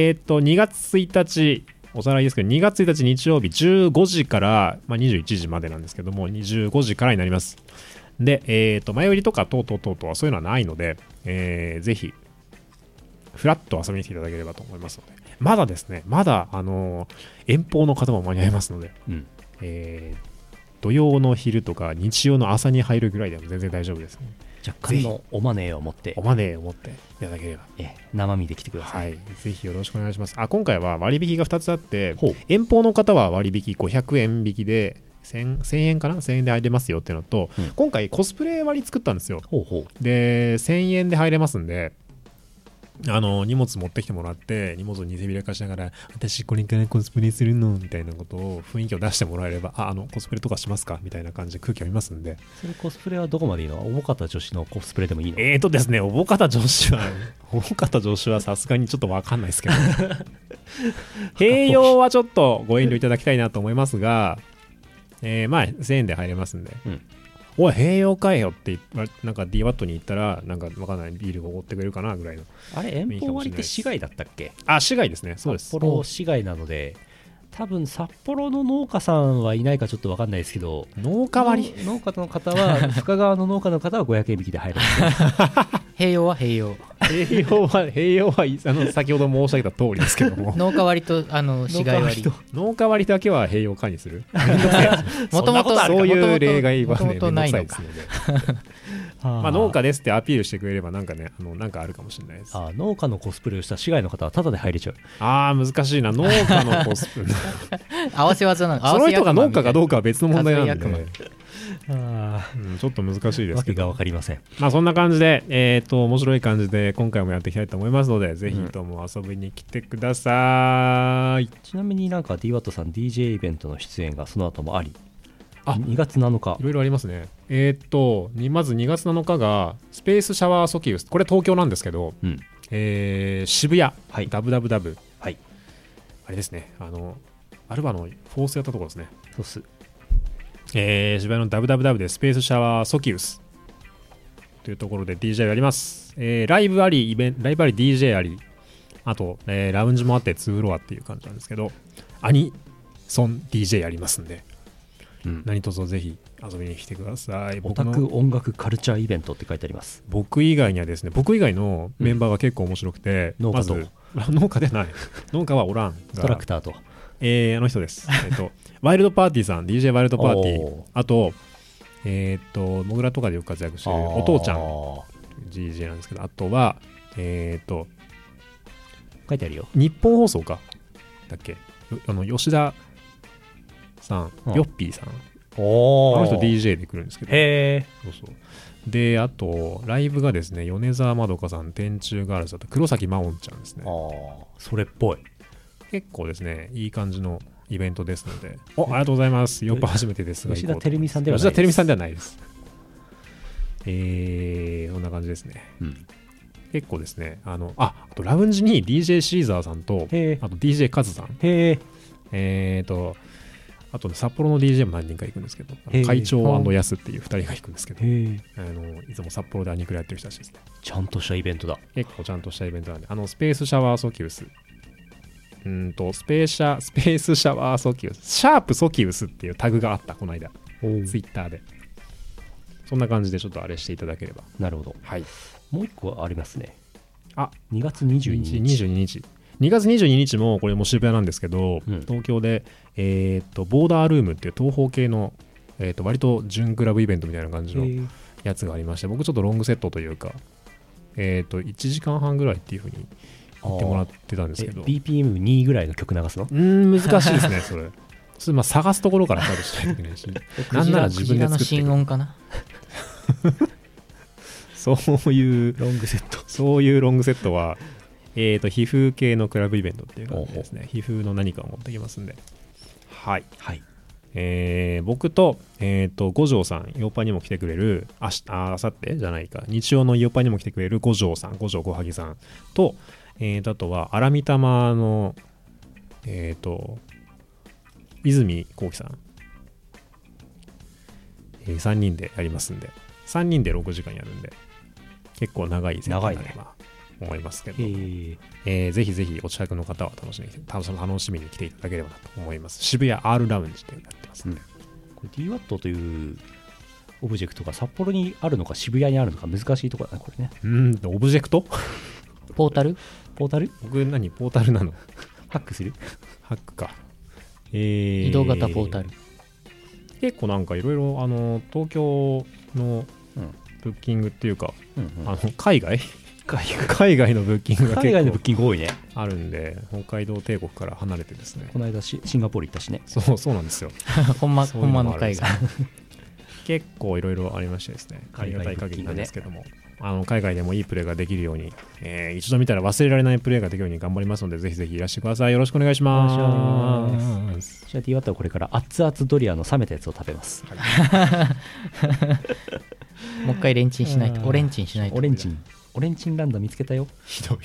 2月1日おさらいですけど、2月1日日曜日15時から、21時までなんですけども、25時からになります。で、前売りとか等々はそういうのはないので、ぜひフラッと遊びに来ていただければと思いますので、まだですね、遠方の方も間に合いますので、土曜の昼とか日曜の朝に入るぐらいでも全然大丈夫ですね。 若干のおマネーを持っていただければ、 生身で来てください。 はい、ぜひよろしくお願いします。今回は割引が2つあって、遠方の方は割引500円引きで1000円かな、1000円で入れますよっていうのと、今回コスプレ割作ったんですよ。で1000円で入れますんで、荷物持ってきてもらって、荷物を見せびらかしながら、私これからコスプレするのみたいなことを雰囲気を出してもらえれば、コスプレとかしますかみたいな感じで空気を見ますんで。 それコスプレはどこまでいいの？おぼかた女子のコスプレでもいいの？ ですね、おぼかた女子はさすがにちょっとわかんないですけど併用はちょっとご遠慮いただきたいなと思いますが、1000円で入れますんで、おい併用かえよってなんか DWAT に行ったら、なんかわかんないビールをおごってくれるかなぐらいの。 あれ遠方割って市外だったっけ？ 市外ですね。そうです。 札幌市外なので、多分札幌の農家さんはいないかちょっとわかんないですけど、 農家割農家の方は深川の農家の方は500円引きで入るんですよ併用は併用は先ほど申し上げた通りですけども農家割と市外割、 農家割だけは併用化にするもともとそういう例外はね、めんどくないさいですので農家ですってアピールしてくれればなんかね、なんかあるかもしれないです。 農家のコスプレをした市外の方はタダで入れちゃう。 難しいな、農家のコスプレ合わせ技なの。 その人が農家かどうかは別の問題なんで、ちょっと難しいですけど、 わけが分かりません。 そんな感じで、面白い感じで今回もやっていきたいと思いますので、ぜひとも遊びに来てください。 ちなみになんか DWAT さん DJ イベントの出演がその後もあり、2月7日いろいろありますね。まず2月7日がスペースシャワーソキウス、これ東京なんですけど、渋谷、ダブダブダブ、あれですね、アルバのフォースやったところですね。 そうっす。 渋谷のダブダブダブでスペースシャワーソキウスというところで DJ をやります。ライブあり DJ あり、 あと、ラウンジもあって2フロアっていう感じなんですけど、アニソン DJ やりますんで、何卒ぜひ遊びに来てください。 オタク音楽カルチャーイベントって書いてあります。 僕以外にはですね、僕以外のメンバーが結構面白くて、 農家と、 農家でない農家はおらん、 ストラクターと、 あの人ですワイルドパーティーさん、 DJ ワイルドパーティー、あとモグラとかでよく活躍してるお父ちゃん DJ なんですけど、あとは書いてあるよ、 日本放送かだっけ、吉田さん、ヨッピーさん、あの人 DJ で来るんですけど、そうそうで、あとライブがですね、米沢まどかさん、天中ガールズだと黒崎真音ちゃんですね。 それっぽい、 結構ですね、いい感じのイベントですので、ありがとうございます。ヨッパ初めてですが、 吉田照美さんではないです。 吉田照美さんではないです。そんな感じですね。結構ですね、あとラウンジに DJ シーザーさんと、あと DJ カズさん、あと、ね、札幌の DJ も何人か行くんですけど、会長&ヤスっていう2人が行くんですけど、いつも札幌でアニクラやってる人たちですね。 ちゃんとしたイベントだ。 結構ちゃんとしたイベントなんで、スペースシャワーソキウス、スペースシャワーソキウス、シャープソキウスっていうタグがあった、この間、ツイッターで。そんな感じでちょっとあれしていただければ。 なるほど。はい。もう一個ありますね。 2 月22日。 2月22日もこれも渋谷なんですけど、東京で、ボーダールームっていう東方系の、割と準クラブイベントみたいな感じのやつがありまして、僕ちょっとロングセットというか、1時間半ぐらいっていうふうに言ってもらってたんですけど、 BPM2 ぐらいの曲流すの？ 難しいですね、それ。まあ探すところからスタートしないといけないし、なんなら自分で作ってクジラの心音かなそういうロングセット。 そういうロングセットは、皮膚系のクラブイベントっていう感じですね。皮膚の何かを持ってきますんで。はい。はい。僕と、五条さん、ヨーパにも来てくれる、あさってじゃないか、日曜のヨーパにも来てくれる五条さん、五条小萩さんと、あとは、荒見玉の、泉幸喜さん、3人でやりますんで、3人で6時間やるんで、結構長いセットになれば思いますけど、ぜひぜひお近くの方は楽しみに来ていただければなと思います。渋谷 R ラウンジでやってますね。 これ DWAT というオブジェクトが札幌にあるのか渋谷にあるのか難しいところだね、これね。 オブジェクトポータル僕ポータルなのハックするハックか。 移動型ポータル。 結構なんかいろいろ東京のブッキングっていうか、海外のブッキングが結構多いね。 あるんで、北海道帝国から離れてですね。 この間シンガポール行ったしね。 そうなんですよ。 ほんまの海外。 結構いろいろありましてですね、ありがたい限りなんですけども、海外でもいいプレーができるように、一度見たら忘れられないプレーができるように頑張りますので、ぜひぜひいらしてください。よろしくお願いします。 じゃあ DWAT はこれから熱々ドリアの冷めたやつを食べます。 もう一回レンチンしないと。オレンチンしないと。 オレンチンランド見つけたよ。 ひどい。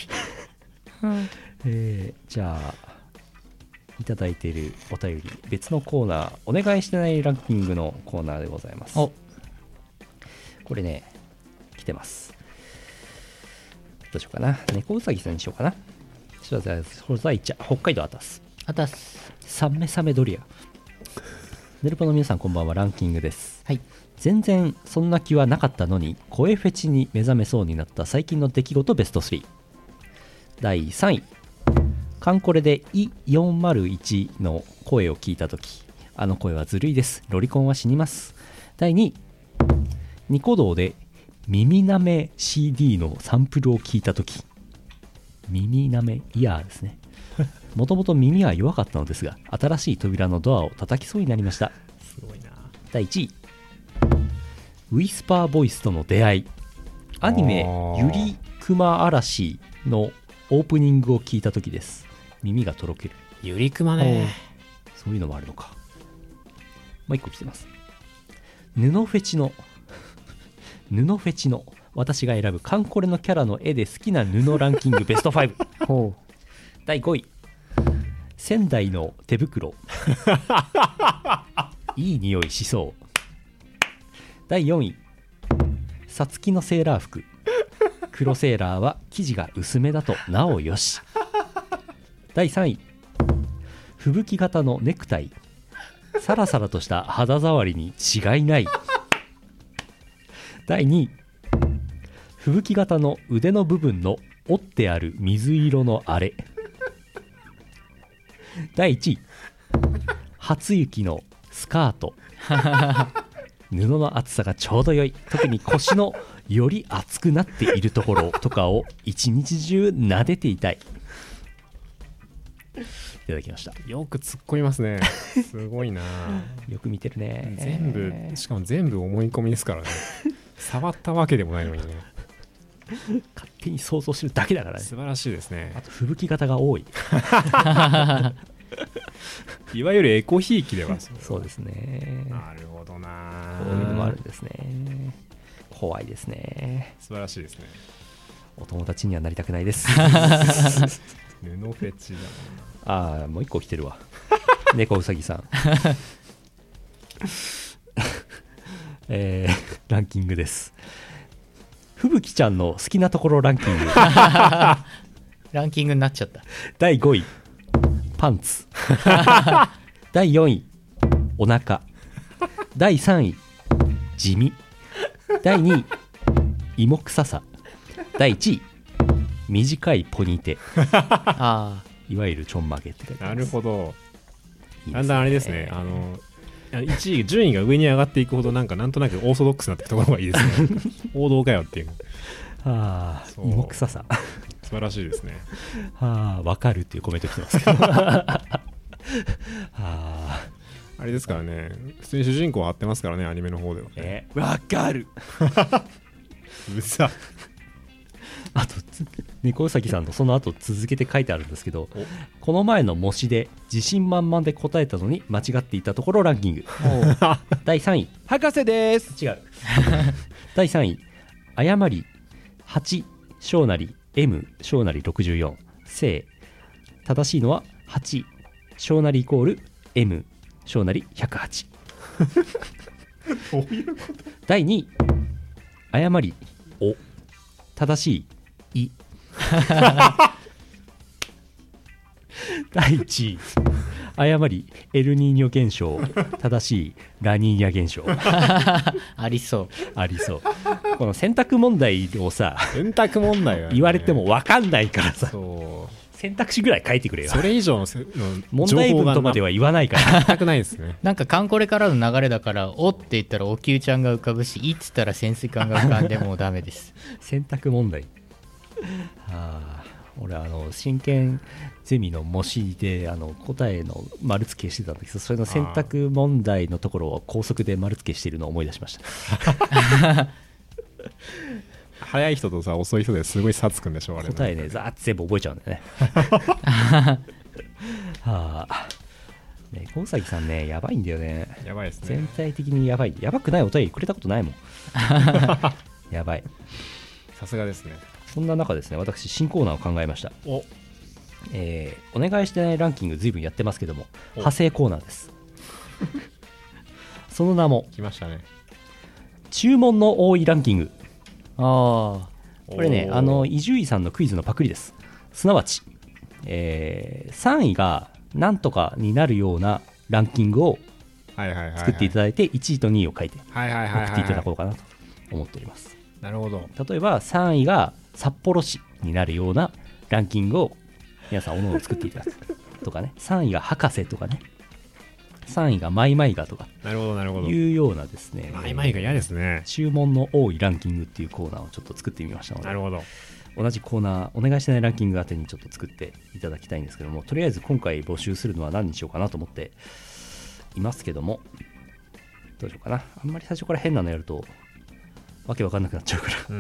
じゃあいただいているお便り、別のコーナー、お願いしてないランキングのコーナーでございます。これね、来てます。どうしようかな。猫うさぎさんにしようかな。北海道アタス。サメサメドリア。ネルポの皆さんこんばんは、ランキングです。はい。全然そんな気はなかったのに、声フェチに目覚めそうになった最近の出来事ベスト3。第3位。カンコレでイ401の声を聞いたとき、あの声はずるいです。ロリコンは死にます。第2位。ニコ動で耳なめ CD のサンプルを聞いたとき、耳なめイヤーですね。もともと耳は弱かったのですが、新しい扉のドアを叩きそうになりました。 すごいな。 第1位。ウィスパーボイスとの出会い。アニメゆりくま嵐のオープニングを聞いたときです。耳がとろける。 ゆりくまね。 そういうのもあるのか。もう一個来てます。布フェチの私が選ぶカンコレのキャラの絵で好きな布ランキングベスト5。第5位。仙台の手袋。いい匂いしそう。第4位。さつきのセーラー服。黒セーラーは生地が薄めだとなおよし。 第3位、吹雪型のネクタイ、サラサラとした肌触りに違いない。第2位、吹雪型の腕の部分の折ってある水色のあれ。第1位、初雪のスカート。布の厚さがちょうど良い、特に腰のより厚くなっているところとかを一日中撫でていたい。いただきました。 よく突っ込みますね。すごいな。 よく見てるね。 全部、しかも全部思い込みですからね。触ったわけでもないのにね。 勝手に想像してるだけだからね。 素晴らしいですね。 あと吹雪型が多い。 いわゆるエコひいきではそうですね。 なるほどな。 こういうのもあるんですね。怖いですね。 素晴らしいですね。 お友達にはなりたくないです。 布フェチだもんな。 ああ、もう一個来てるわ。猫うさぎさん。ランキングです。ふぶきちゃんの好きなところランキング。 ランキングになっちゃった。 第5位、パンツ。第4位、お腹。第3位、地味。第2位、芋臭さ。第1位、短いポニテ。 ああ。 いわゆるちょんまげって書いてます。 なるほど。 いいですね。 だんだんあれですね。1位順位が上に上がっていくほどなんとなくオーソドックスになっていくところがいいですね。王道かよっていう。 はあ、芋臭さ。 素晴らしいですね。 はあ、わかるっていうコメント来てますけど。はあ、あれですからね。普通に主人公張ってますからね、アニメの方では。 わかる。 うざ。 あと猫うさぎさんのその後続けて書いてあるんですけど、この前の模試で自信満々で答えたのに間違っていたところランキング。第3位、 博士です。 違う。第3位、誤り8小なり M 小なり64正。正しいのは8小なりイコール M 小なり108。 どういうこと？ 第2位、誤りお正しいい。第1位、誤りエルニーニョ現象、正しいラニーニャ現象。 ありそう。 ありそう。この選択問題をさ、 選択問題は、ね、 言われても分かんないからさ、 そう選択肢ぐらい書いてくれよ。 それ以上の問題文とまでは言わないから。 全くないですね。 なんかカンコレからの流れだから、おって言ったらおきゅうちゃんが浮かぶし、いっつったら潜水艦が浮かんでもうダメです。 選択問題。はあ、俺真剣ゼミの模試で答えの丸付けしてたんだけど、それの選択問題のところを高速で丸付けしてるのを思い出しました。 早い人とさ遅い人ですごい差つくんでしょあれ。 答えね、ざーって全部覚えちゃうんだよね。はあ、ね、小うさぎさんね、やばいんだよね。 やばいですね。 全体的にやばい。やばくないお便りくれたことないもん。やばい。 さすがですね。 そんな中ですね、私新コーナーを考えました。お願いしてないランキングずいぶんやってますけども、派生コーナーです。その名も来ましたね。 注文の多いランキング。 ああ、 これね、伊集院さんのクイズのパクリです。すなわち、3位がなんとかになるようなランキングを作っていただいて、1位と2位を書いて送っていただこうかなと思っております。 なるほど。 例えば3位が札幌市になるようなランキングを皆さんおのおの作っていただくとかね、3位が博士とかね、3位がマイマイガとか、 なるほどなるほど、 いうようなですね、 マイマイガ嫌ですね。 注文の多いランキングっていうコーナーをちょっと作ってみましたので、 なるほど。 同じコーナーお願いしてないランキング宛てにちょっと作っていただきたいんですけども、とりあえず今回募集するのは何にしようかなと思っていますけども、どうしようかな。あんまり最初から変なのやるとわけわかんなくなっちゃうから、 うん、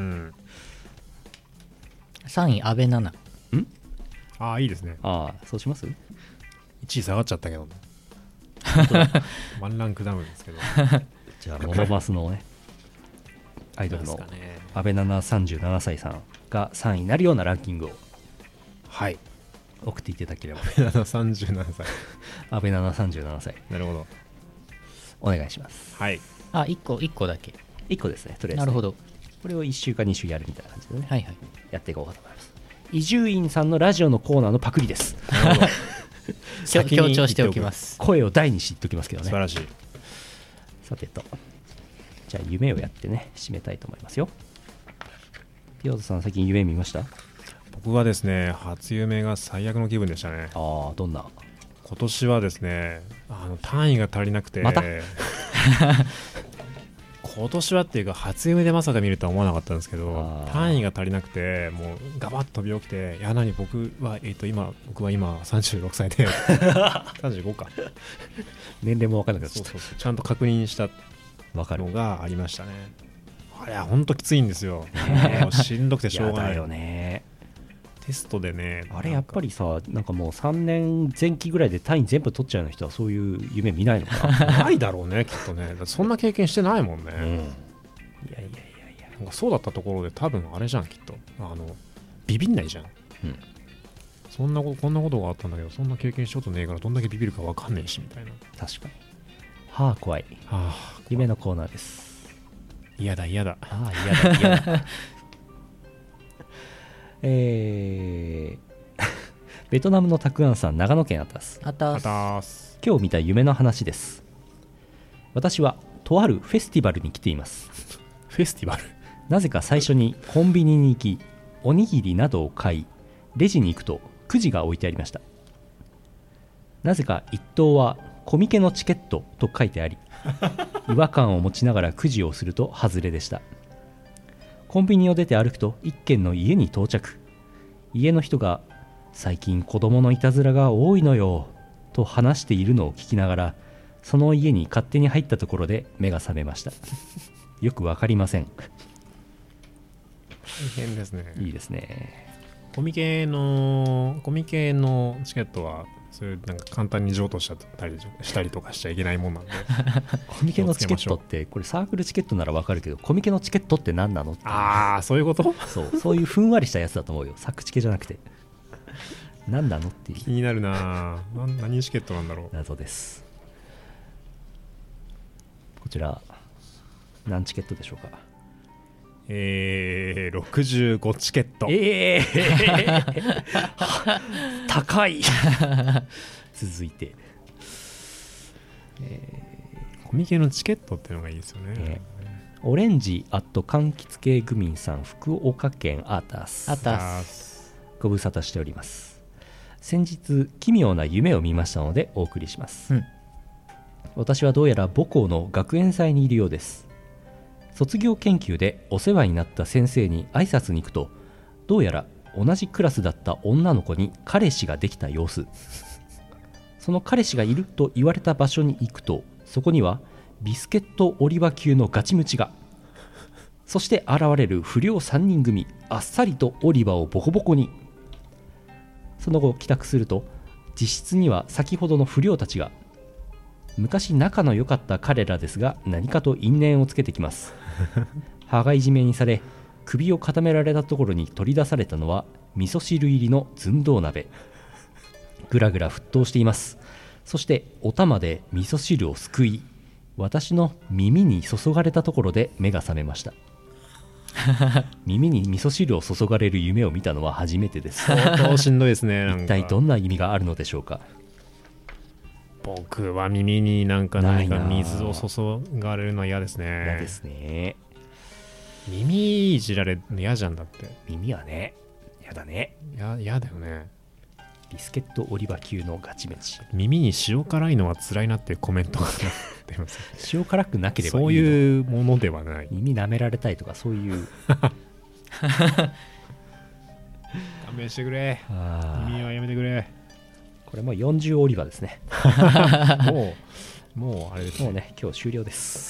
3位安倍奈々。 ああいいですね。 ああ、そうします。 1位下がっちゃったけどワンランクダウンですけどじゃあモノバスのねアイドルの安倍奈々37歳さんが3位になるようなランキングをはい送っていただければ。 安倍奈々37歳安倍奈々37歳、 なるほど、 お願いします。 はい。あ、1個だけ。 1個ですね、とりあえず、ね、 なるほど。 これを1週か2週やるみたいな感じでね、 はいはい、 やっていこうかと思います。伊集院さんのラジオのコーナーのパクリです。 強調しておきます。 声を大にし言っておきますけどね。 素晴らしい。 さてと、じゃあ夢をやってね締めたいと思いますよ。ピオードさん、最近夢見ました？ 僕はですね、初夢が最悪の気分でしたね。 ああ、どんな？ 今年はですね、単位が足りなくて、 また今年はっていうか初夢でまさか見るとは思わなかったんですけど、単位が足りなくて、もうガバッと飛び起きて、いや何僕は今36歳で35か年齢も分からなくなっちゃった。 そうちゃんと確認したのがありましたね。あれは本当きついんですよ。もうしんどくてしょうがない。 やだよね。 テストでね、 あれやっぱりさ、なんかもう3年前期ぐらいで単位全部取っちゃうような人はそういう夢見ないのかな。 ないだろうね、きっとね。だってそんな経験してないもんね。 うん、いやいやいやいや、 なんかそうだったところで多分あれじゃん、きっとビビんないじゃん、うん、こんなことがあったんだけど、そんな経験したことねえからどんだけビビるか分かんねえしみたいな。 確かに。はあ怖い、はあ、夢のコーナーです。 嫌だ。 ああ嫌だベトナムのたくあんさん、長野県あたす。今日見た夢の話です。私はとあるフェスティバルに来ています。 フェスティバル？ なぜか最初にコンビニに行き、おにぎりなどを買い、レジに行くとくじが置いてありました。なぜか一等はコミケのチケットと書いてあり、違和感を持ちながらくじをすると外れでした。コンビニを出て歩くと一軒の家に到着。家の人が最近子供のいたずらが多いのよと話しているのを聞きながら、その家に勝手に入ったところで目が覚めました。よくわかりません。 大変ですね。 いいですね。 コミケのチケットはそういうなんか簡単に譲渡したりとかしちゃいけないもんなんで。 コミケのチケットってこれサークルチケットならわかるけど、コミケのチケットって何なのって。 ああ、そういうこと？ そういうふんわりしたやつだと思うよ。サクチケじゃなくて何なのっていう。 気になるな。何チケットなんだろう。 謎です。こちら何チケットでしょうか。 65チケット。 高い。続いて、 コミケのチケットっていうのがいいですよね。 オレンジアット柑橘系グミンさん、福岡県アータスご無沙汰しております。先日奇妙な夢を見ましたのでお送りします、私はどうやら母校の学園祭にいるようです。卒業研究でお世話になった先生に挨拶に行くと、どうやら同じクラスだった女の子に彼氏ができた様子。その彼氏がいると言われた場所に行くと、そこにはビスケットオリバ級のガチムチが。そして現れる不良3人組、あっさりとオリバをボコボコに。その後帰宅すると、自室には先ほどの不良たちが。昔仲の良かった彼らですが、何かと因縁をつけてきます。羽がいじめにされ、首を固められたところに取り出されたのは味噌汁入りの寸胴鍋。ぐらぐら沸騰しています。そしてお玉で味噌汁をすくい、私の耳に注がれたところで目が覚めました。耳に味噌汁を注がれる夢を見たのは初めてです。 相当しんどいですね。 一体どんな意味があるのでしょうか。 僕は耳に何か水を注がれるのは嫌ですね。 嫌ですね。 耳いじられるの嫌じゃん。だって耳はね、嫌だね。 嫌だよね。 ビスケットオリバ級のガチメチ。 耳に塩辛いのは辛いなっていうコメントが出ます。 塩辛くなければいいの。 そういうものではない。 耳舐められたいとかそういう勘弁してくれ。耳はやめてくれ。 これもう40オリバですね。 もうあれですね。 もうね、今日終了です。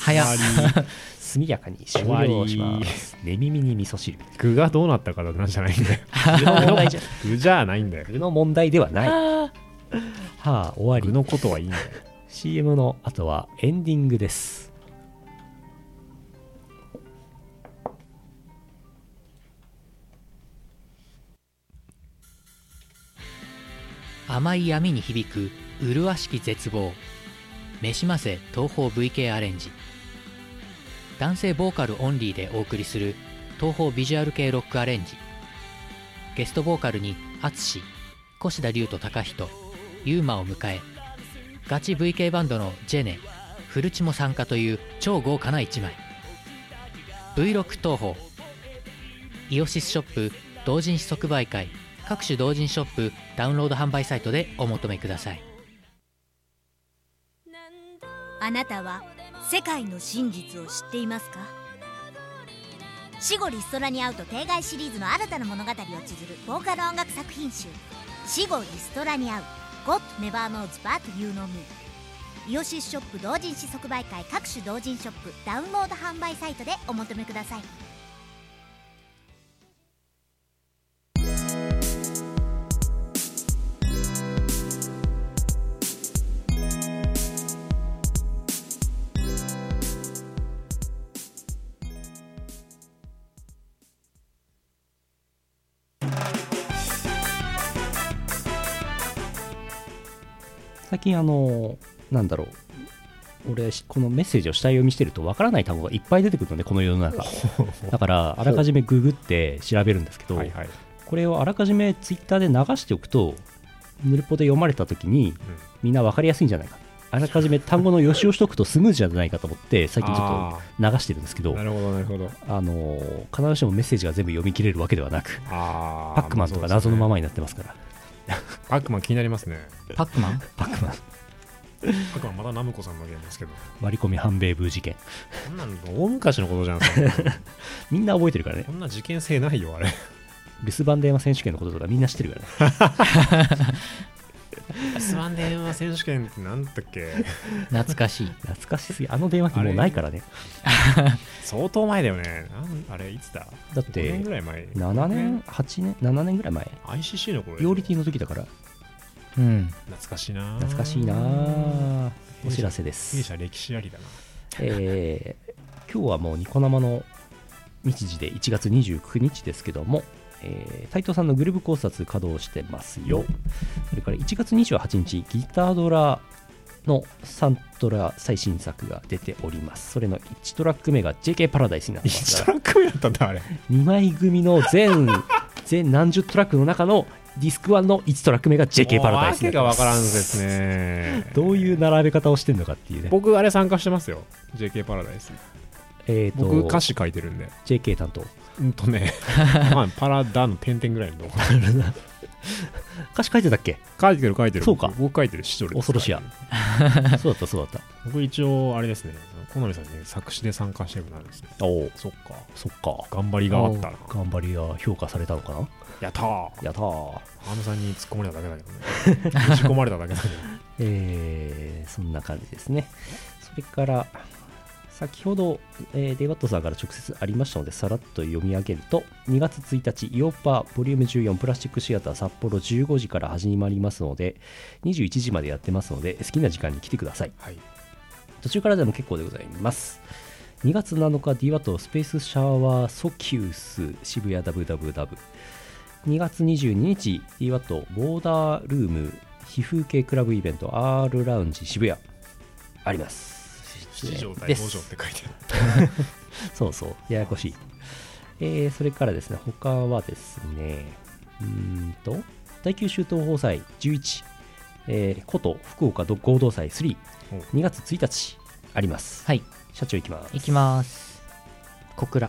早っ。 速やかに終了します。寝耳に味噌汁。 具がどうなったかなんじゃないんだよ。具じゃないんだよ。 具の問題ではない。はあ、終わり。 具のことはいいんだよ。 CM の後はエンディングです。 甘い闇に響く麗しき絶望。めしませ東宝 VK アレンジ。男性ボーカルオンリーでお送りする東宝ビジュアル系ロックアレンジ。ゲストボーカルにアツシ、 越田龍と高人、ユーマを迎え、ガチ VK バンドのジェネ、フルチも参加という超豪華な1枚。 V6 東宝、イオシスショップ同人誌即売会、各種同人ショップダウンロード販売サイトでお求めください。 あなたは世界の真実を知っていますか？死後リストラに会うと定外シリーズの新たな物語を綴るボーカル音楽作品集、死後リストラに会う God Never Knows But You Know Me。 イオシスショップ同人誌即売会、各種同人ショップダウンロード販売サイトでお求めください。 最近なんだろう、俺このメッセージを下読みしてるとわからない単語がいっぱい出てくるので、この世の中だからあらかじめググって調べるんですけど、これをあらかじめツイッターで流しておくとヌルポで読まれた時にみんなわかりやすいんじゃないか、あらかじめ単語の予習をしておくとスムーズじゃないかと思って最近ちょっと流してるんですけど、 なるほどなるほど。 必ずしもメッセージが全部読み切れるわけではなく、パックマンとか謎のままになってますから。 パックマン気になりますね。 パックマンパックマンまたナムコさんのゲームですけど、 割り込み反米ブー事件、 こんなの大昔のことじゃんみんな覚えてるからね。 こんな事件性ないよあれ。 留守番電話選手権のこととかみんな知ってるからね。 留守番電話選手権ってなんだっけ。 懐かしい。 懐かしすぎ。あの電話機もうないからね。 相当前だよね。あれいつだ。 だって 5年ぐらい前。 7年8年7年ぐらい前。 ICC の頃。 ピオリティの時だから。 うん。 懐かしいな。 懐かしいな。お知らせです。 弊社歴史ありだな。 今日はもうニコ生の日時で1月29日ですけども、斉藤さんのグルーブ考察稼働してますよ。それから1月28日ギタードラのサントラ最新作が出ております。それの1トラック目が JK パラダイスになってますが、 1トラック目だったんだあれ。 2枚組の全何十トラックの中のディスク1の1トラック目が JK パラダイスになってます。 わけがわからんですね。 どういう並べ方をしてるのかっていうね。 僕あれ参加してますよ、 JK パラダイス。僕歌詞書いてるんで JK 担当。 まあ、パラダの点々ぐらいの歌詞書いてたっけ。 書いてる。 そうか、 僕書いてる。 恐ろしや。そうだった僕一応あれですね、好みさんに作詞で参加してるなんですね。 おお、 そっか頑張りがあったな。 頑張りが評価されたのかな。 やったー。アームさんに突っ込まれただけだけどね。ねじ込まれただけだけどそんな感じですね。それから先ほど、デイワットさんから直接ありましたのでさらっと読み上げると、2月1日イオパボリューム14プラスチックシアター札幌15時から始まりますので、21時までやってますので好きな時間に来てください、はい、途中からでも結構でございます。2月7日 DWAT スペースシャワーソキュース渋谷 WWW。 2月22日 DWAT ボーダールーム非風景クラブイベント R ラウンジ渋谷あります。 七条対五条って書いてある。 そうややこしい。それからですね、他はですね、第九州東宝祭11、古都福岡合同祭3、2月1日あります。 はい、 社長行きます。 小倉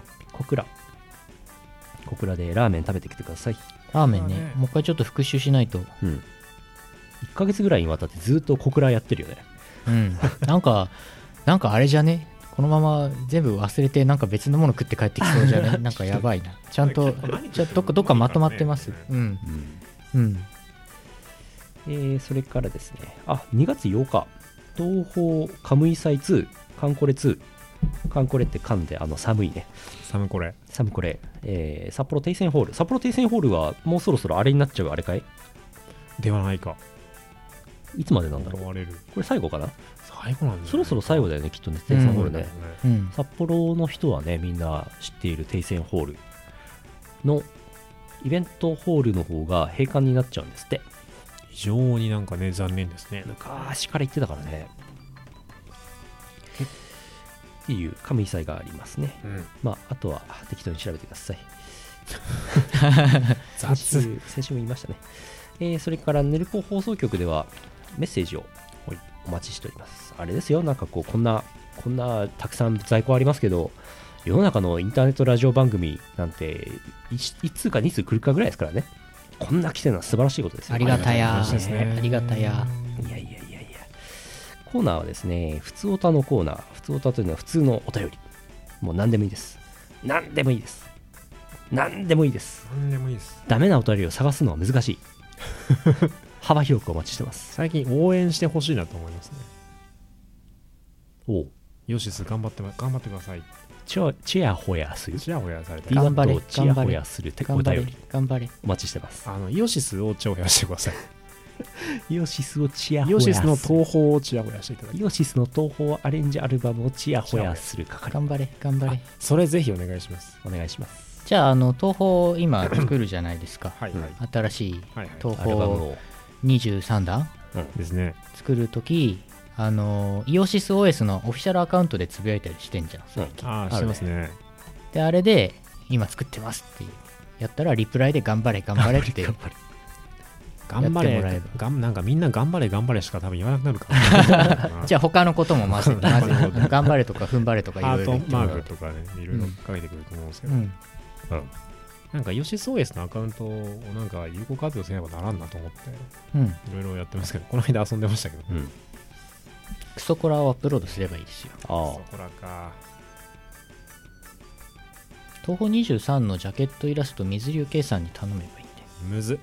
でラーメン食べてきてください。 ラーメンね、もう一回ちょっと復習しないと。 1ヶ月ぐらいにわたってずっと小倉やってるよね。 なんかあれじゃね、このまま全部忘れてなんか別のもの食って帰ってきそうじゃね。なんかやばいな。ちゃんとどっかまとまってます。 それからですね、2月8日東宝カムイ祭2カンコレ2。カンコレって噛んで寒いね。 サムコレ、 札幌定戦ホールはもうそろそろあれになっちゃうあれかいではないか。 いつまでなんだろう。これ最後かな。 最後なんだよね。 そろそろ最後だよねきっとね、定戦ホールね。札幌の人はねみんな知っている定戦ホールのイベントホールの方が閉館になっちゃうんですって。 非常になんかね残念ですね。 昔から言ってたからねっていうカムイ祭がありますね。あとは適当に調べてください。先週も言いましたね。 それからヌルポ放送局ではメッセージをお待ちしております。あれですよ、なんかこんなたくさん在庫ありますけど、世の中のインターネットラジオ番組なんて1通か2通来るかぐらいですからね。こんな来てるのは素晴らしいことですよ。 ありがたや嬉しいですねありがたや。 いやコーナーはですね、普通オタのコーナー。普通オタというのは普通のお便り、もう何でもいいです。何でもいいです。何でもいいです。 何でもいいです。 ダメなお便りを探すのは難しい。幅広くお待ちしてます。 最近応援してほしいなと思いますね。 おう、 ヨシス頑張ってください。 チヤホヤする。 チヤホヤされて DWAT 頑張れをチヤホヤするお頑張れ便り頑張れ。 お待ちしてます。 イオシスをチヤホヤしてください。 イオシスをチヤホイオヤする。 シスの東宝をチヤホヤしていただきイオシスの東宝アレンジアルバムをチヤホヤする係。 頑張れ頑張れ。 それぜひお願いします。 お願いします。 じゃあ東宝今作るじゃないですか。 はいはい新しいはいはい東アルバム宝を。 23弾ですね。 作るときイオシス OS のオフィシャルアカウントでつぶやいたりしてんじゃん最近。 ああしてますね。 であれで今作ってますってやったらリプライで頑張れ頑張れって頑張れやってもらえなんかみんな頑張れ頑張れしか多分言わなくなるからじゃあ他のこともまずなるほど頑張れとか踏ん張れとかいハートろいろ言ってもマらうークとかねいろいろかけてくると思うんですけど、 うんなんかヨシス OS のアカウントをなんか有効活用せねばならんなと思ってうんいろいろやってますけど、この間遊んでましたけど、 うん。 クソコラをアップロードすればいいですよ。 あそこらか。 東宝23のジャケットイラスト水流計算に頼めばいいんで。 むずっ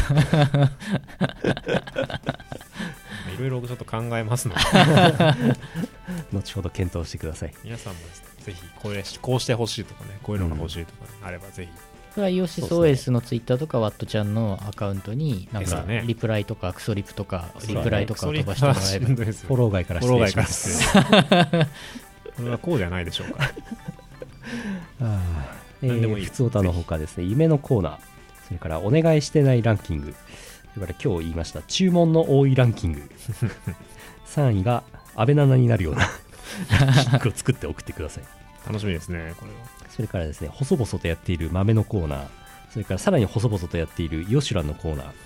いろいろちょっと考えますのであ。後ほど検討してください。 皆さんもですねぜひこうしてほしいとかねこういうのが欲しいとか、ねあればぜひそれはイオシス OS のツイッターとかワットちゃんのアカウントになんかですよねリプライとかクソリプとかそうだねリプライとかを飛ばしてもらえばクソリップはしんどいですよフォロー外からフォロー失礼外からします。 これはこうじゃないでしょうか何でもいい普通歌のほかですね、夢のコーナー、それからお願いしてないランキング、それから今日言いました注文の多いランキング、3位が安倍七になるようなランキングを作って送ってください。 楽しみですねこれは。 それからですね、細々とやっている豆のコーナー、それからさらに細々とやっているヨシュランのコーナー、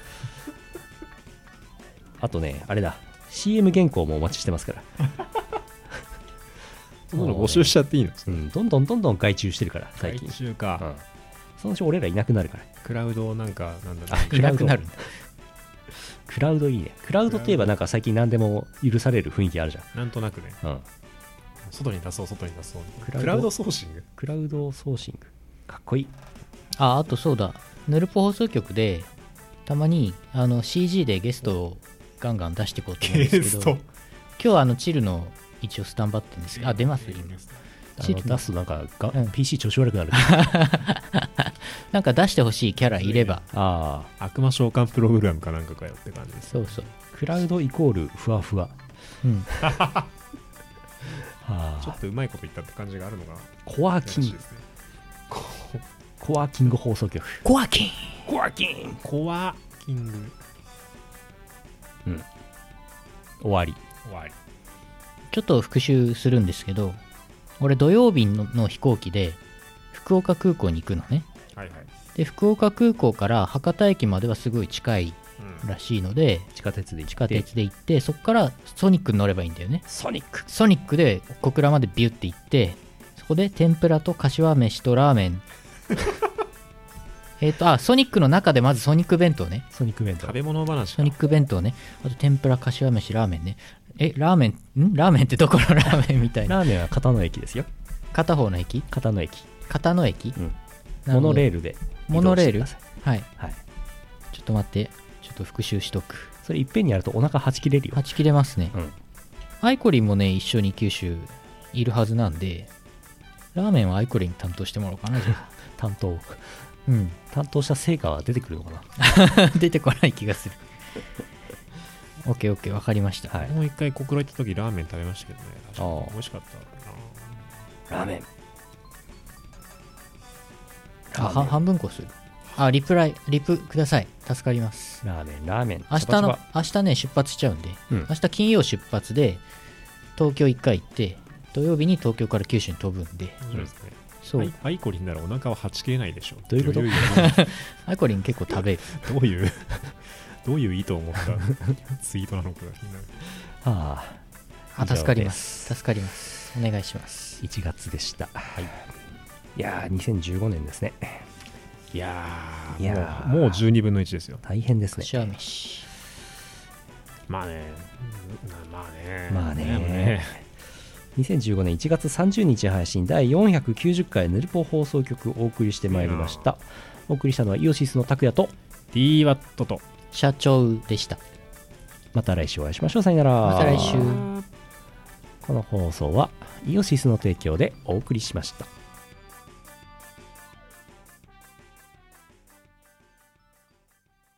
あとね、あれだ、CM 原稿もお待ちしてますから。 そんなの募集しちゃっていいの？ うん、どんどん外注してるから、最近。 来週か、 うん、そのうち俺らいなくなるから。 クラウドなんかなんだろういなくなるんだ。 クラウドいいね。クラウドって言えばなんか最近何でも許される雰囲気あるじなんとなくねゃん。うん。 外に出そうククラウドラウドソーシングクラウドソーシング。かっこいい。 あとそうだ、ヌルポ放送局でたまにCG でゲストをガンガン出していこうと思うんですけど、今日チルの一応スタンバってるんですけど、出ます今チル出すとなんかうん PC 調子悪くなる。 なんか出してほしいキャラいれば、 ああ、 悪魔召喚プログラムかなんかかよって感じです。 そうそう、 クラウドイコールふわふわ。 うん、 あちょっとうまいこと言ったって感じがあるのがコワーキング嬉しいですね。 コワーキング放送局。 コワキン。 コワーキングコワキング終わり。 終わり。 ちょっと復習するんですけど、俺土曜日の飛行機で福岡空港に行くのね。 はいはい。 で福岡空港から博多駅まではすごい近いらしいので、 地下鉄で行って。 地下鉄で行ってそこからソニックに乗ればいいんだよね。 ソニック。 ソニックで小倉までビュッて行って、そこで天ぷらと柏飯とラーメンソニックの中でまずソニック弁当ね。 ソニック弁当食。べ物話ソニック弁当ね。あと天ぷら、柏飯、ラーメンね。ラーメンってどこのラーメンみたいな。 ラーメンは片野駅ですよ。 片方の駅片野駅。 片野駅、 うん。 なるほどモノレールでモノレール移動してください。 はい。 はい。 ちょっと待って。ちょっと復習しとく。 それいっぺんにやるとお腹はち切れるよ。 はち切れますね。 うん。 アイコリンもね、一緒に九州いるはずなんで、ラーメンはアイコリン担当してもらおうかな、じゃあ。 担当。 うん。 担当した成果は出てくるのかな。 出てこない気がする。オッケーオッケー、わかりました。 はい。 もう一回小倉行った時ラーメン食べましたけどね。確かにああ美味しかったな。 ラーメン。 半分こする。リプください。助かります。 ラーメン、ラーメン。 明日ね、出発しちゃうんで、 うん明日金曜出発で、東京1回行って、土曜日に東京から九州に飛ぶんで、 面白いですね。 そう。 アイコリンならお腹ははち切れないでしょう。 どういうことどアイコリン結構食べる。 ういうどういう意図を持ったツイートなのかが気になる。 はあ、 助かります助かります。お願いします。 1月でした。いやー2015年ですね。 いやいやーもう12分の1ですよ。 大変ですね。 柏飯。 まあねまあね2015年1月30日配信第490回ヌルポ放送局お送りしてまいりました。お送りしたのはイオシスの拓也と DWAT と社長でした。 また来週お会いしましょう。さよなら。 また来週。 この放送はイオシスの提供でお送りしました。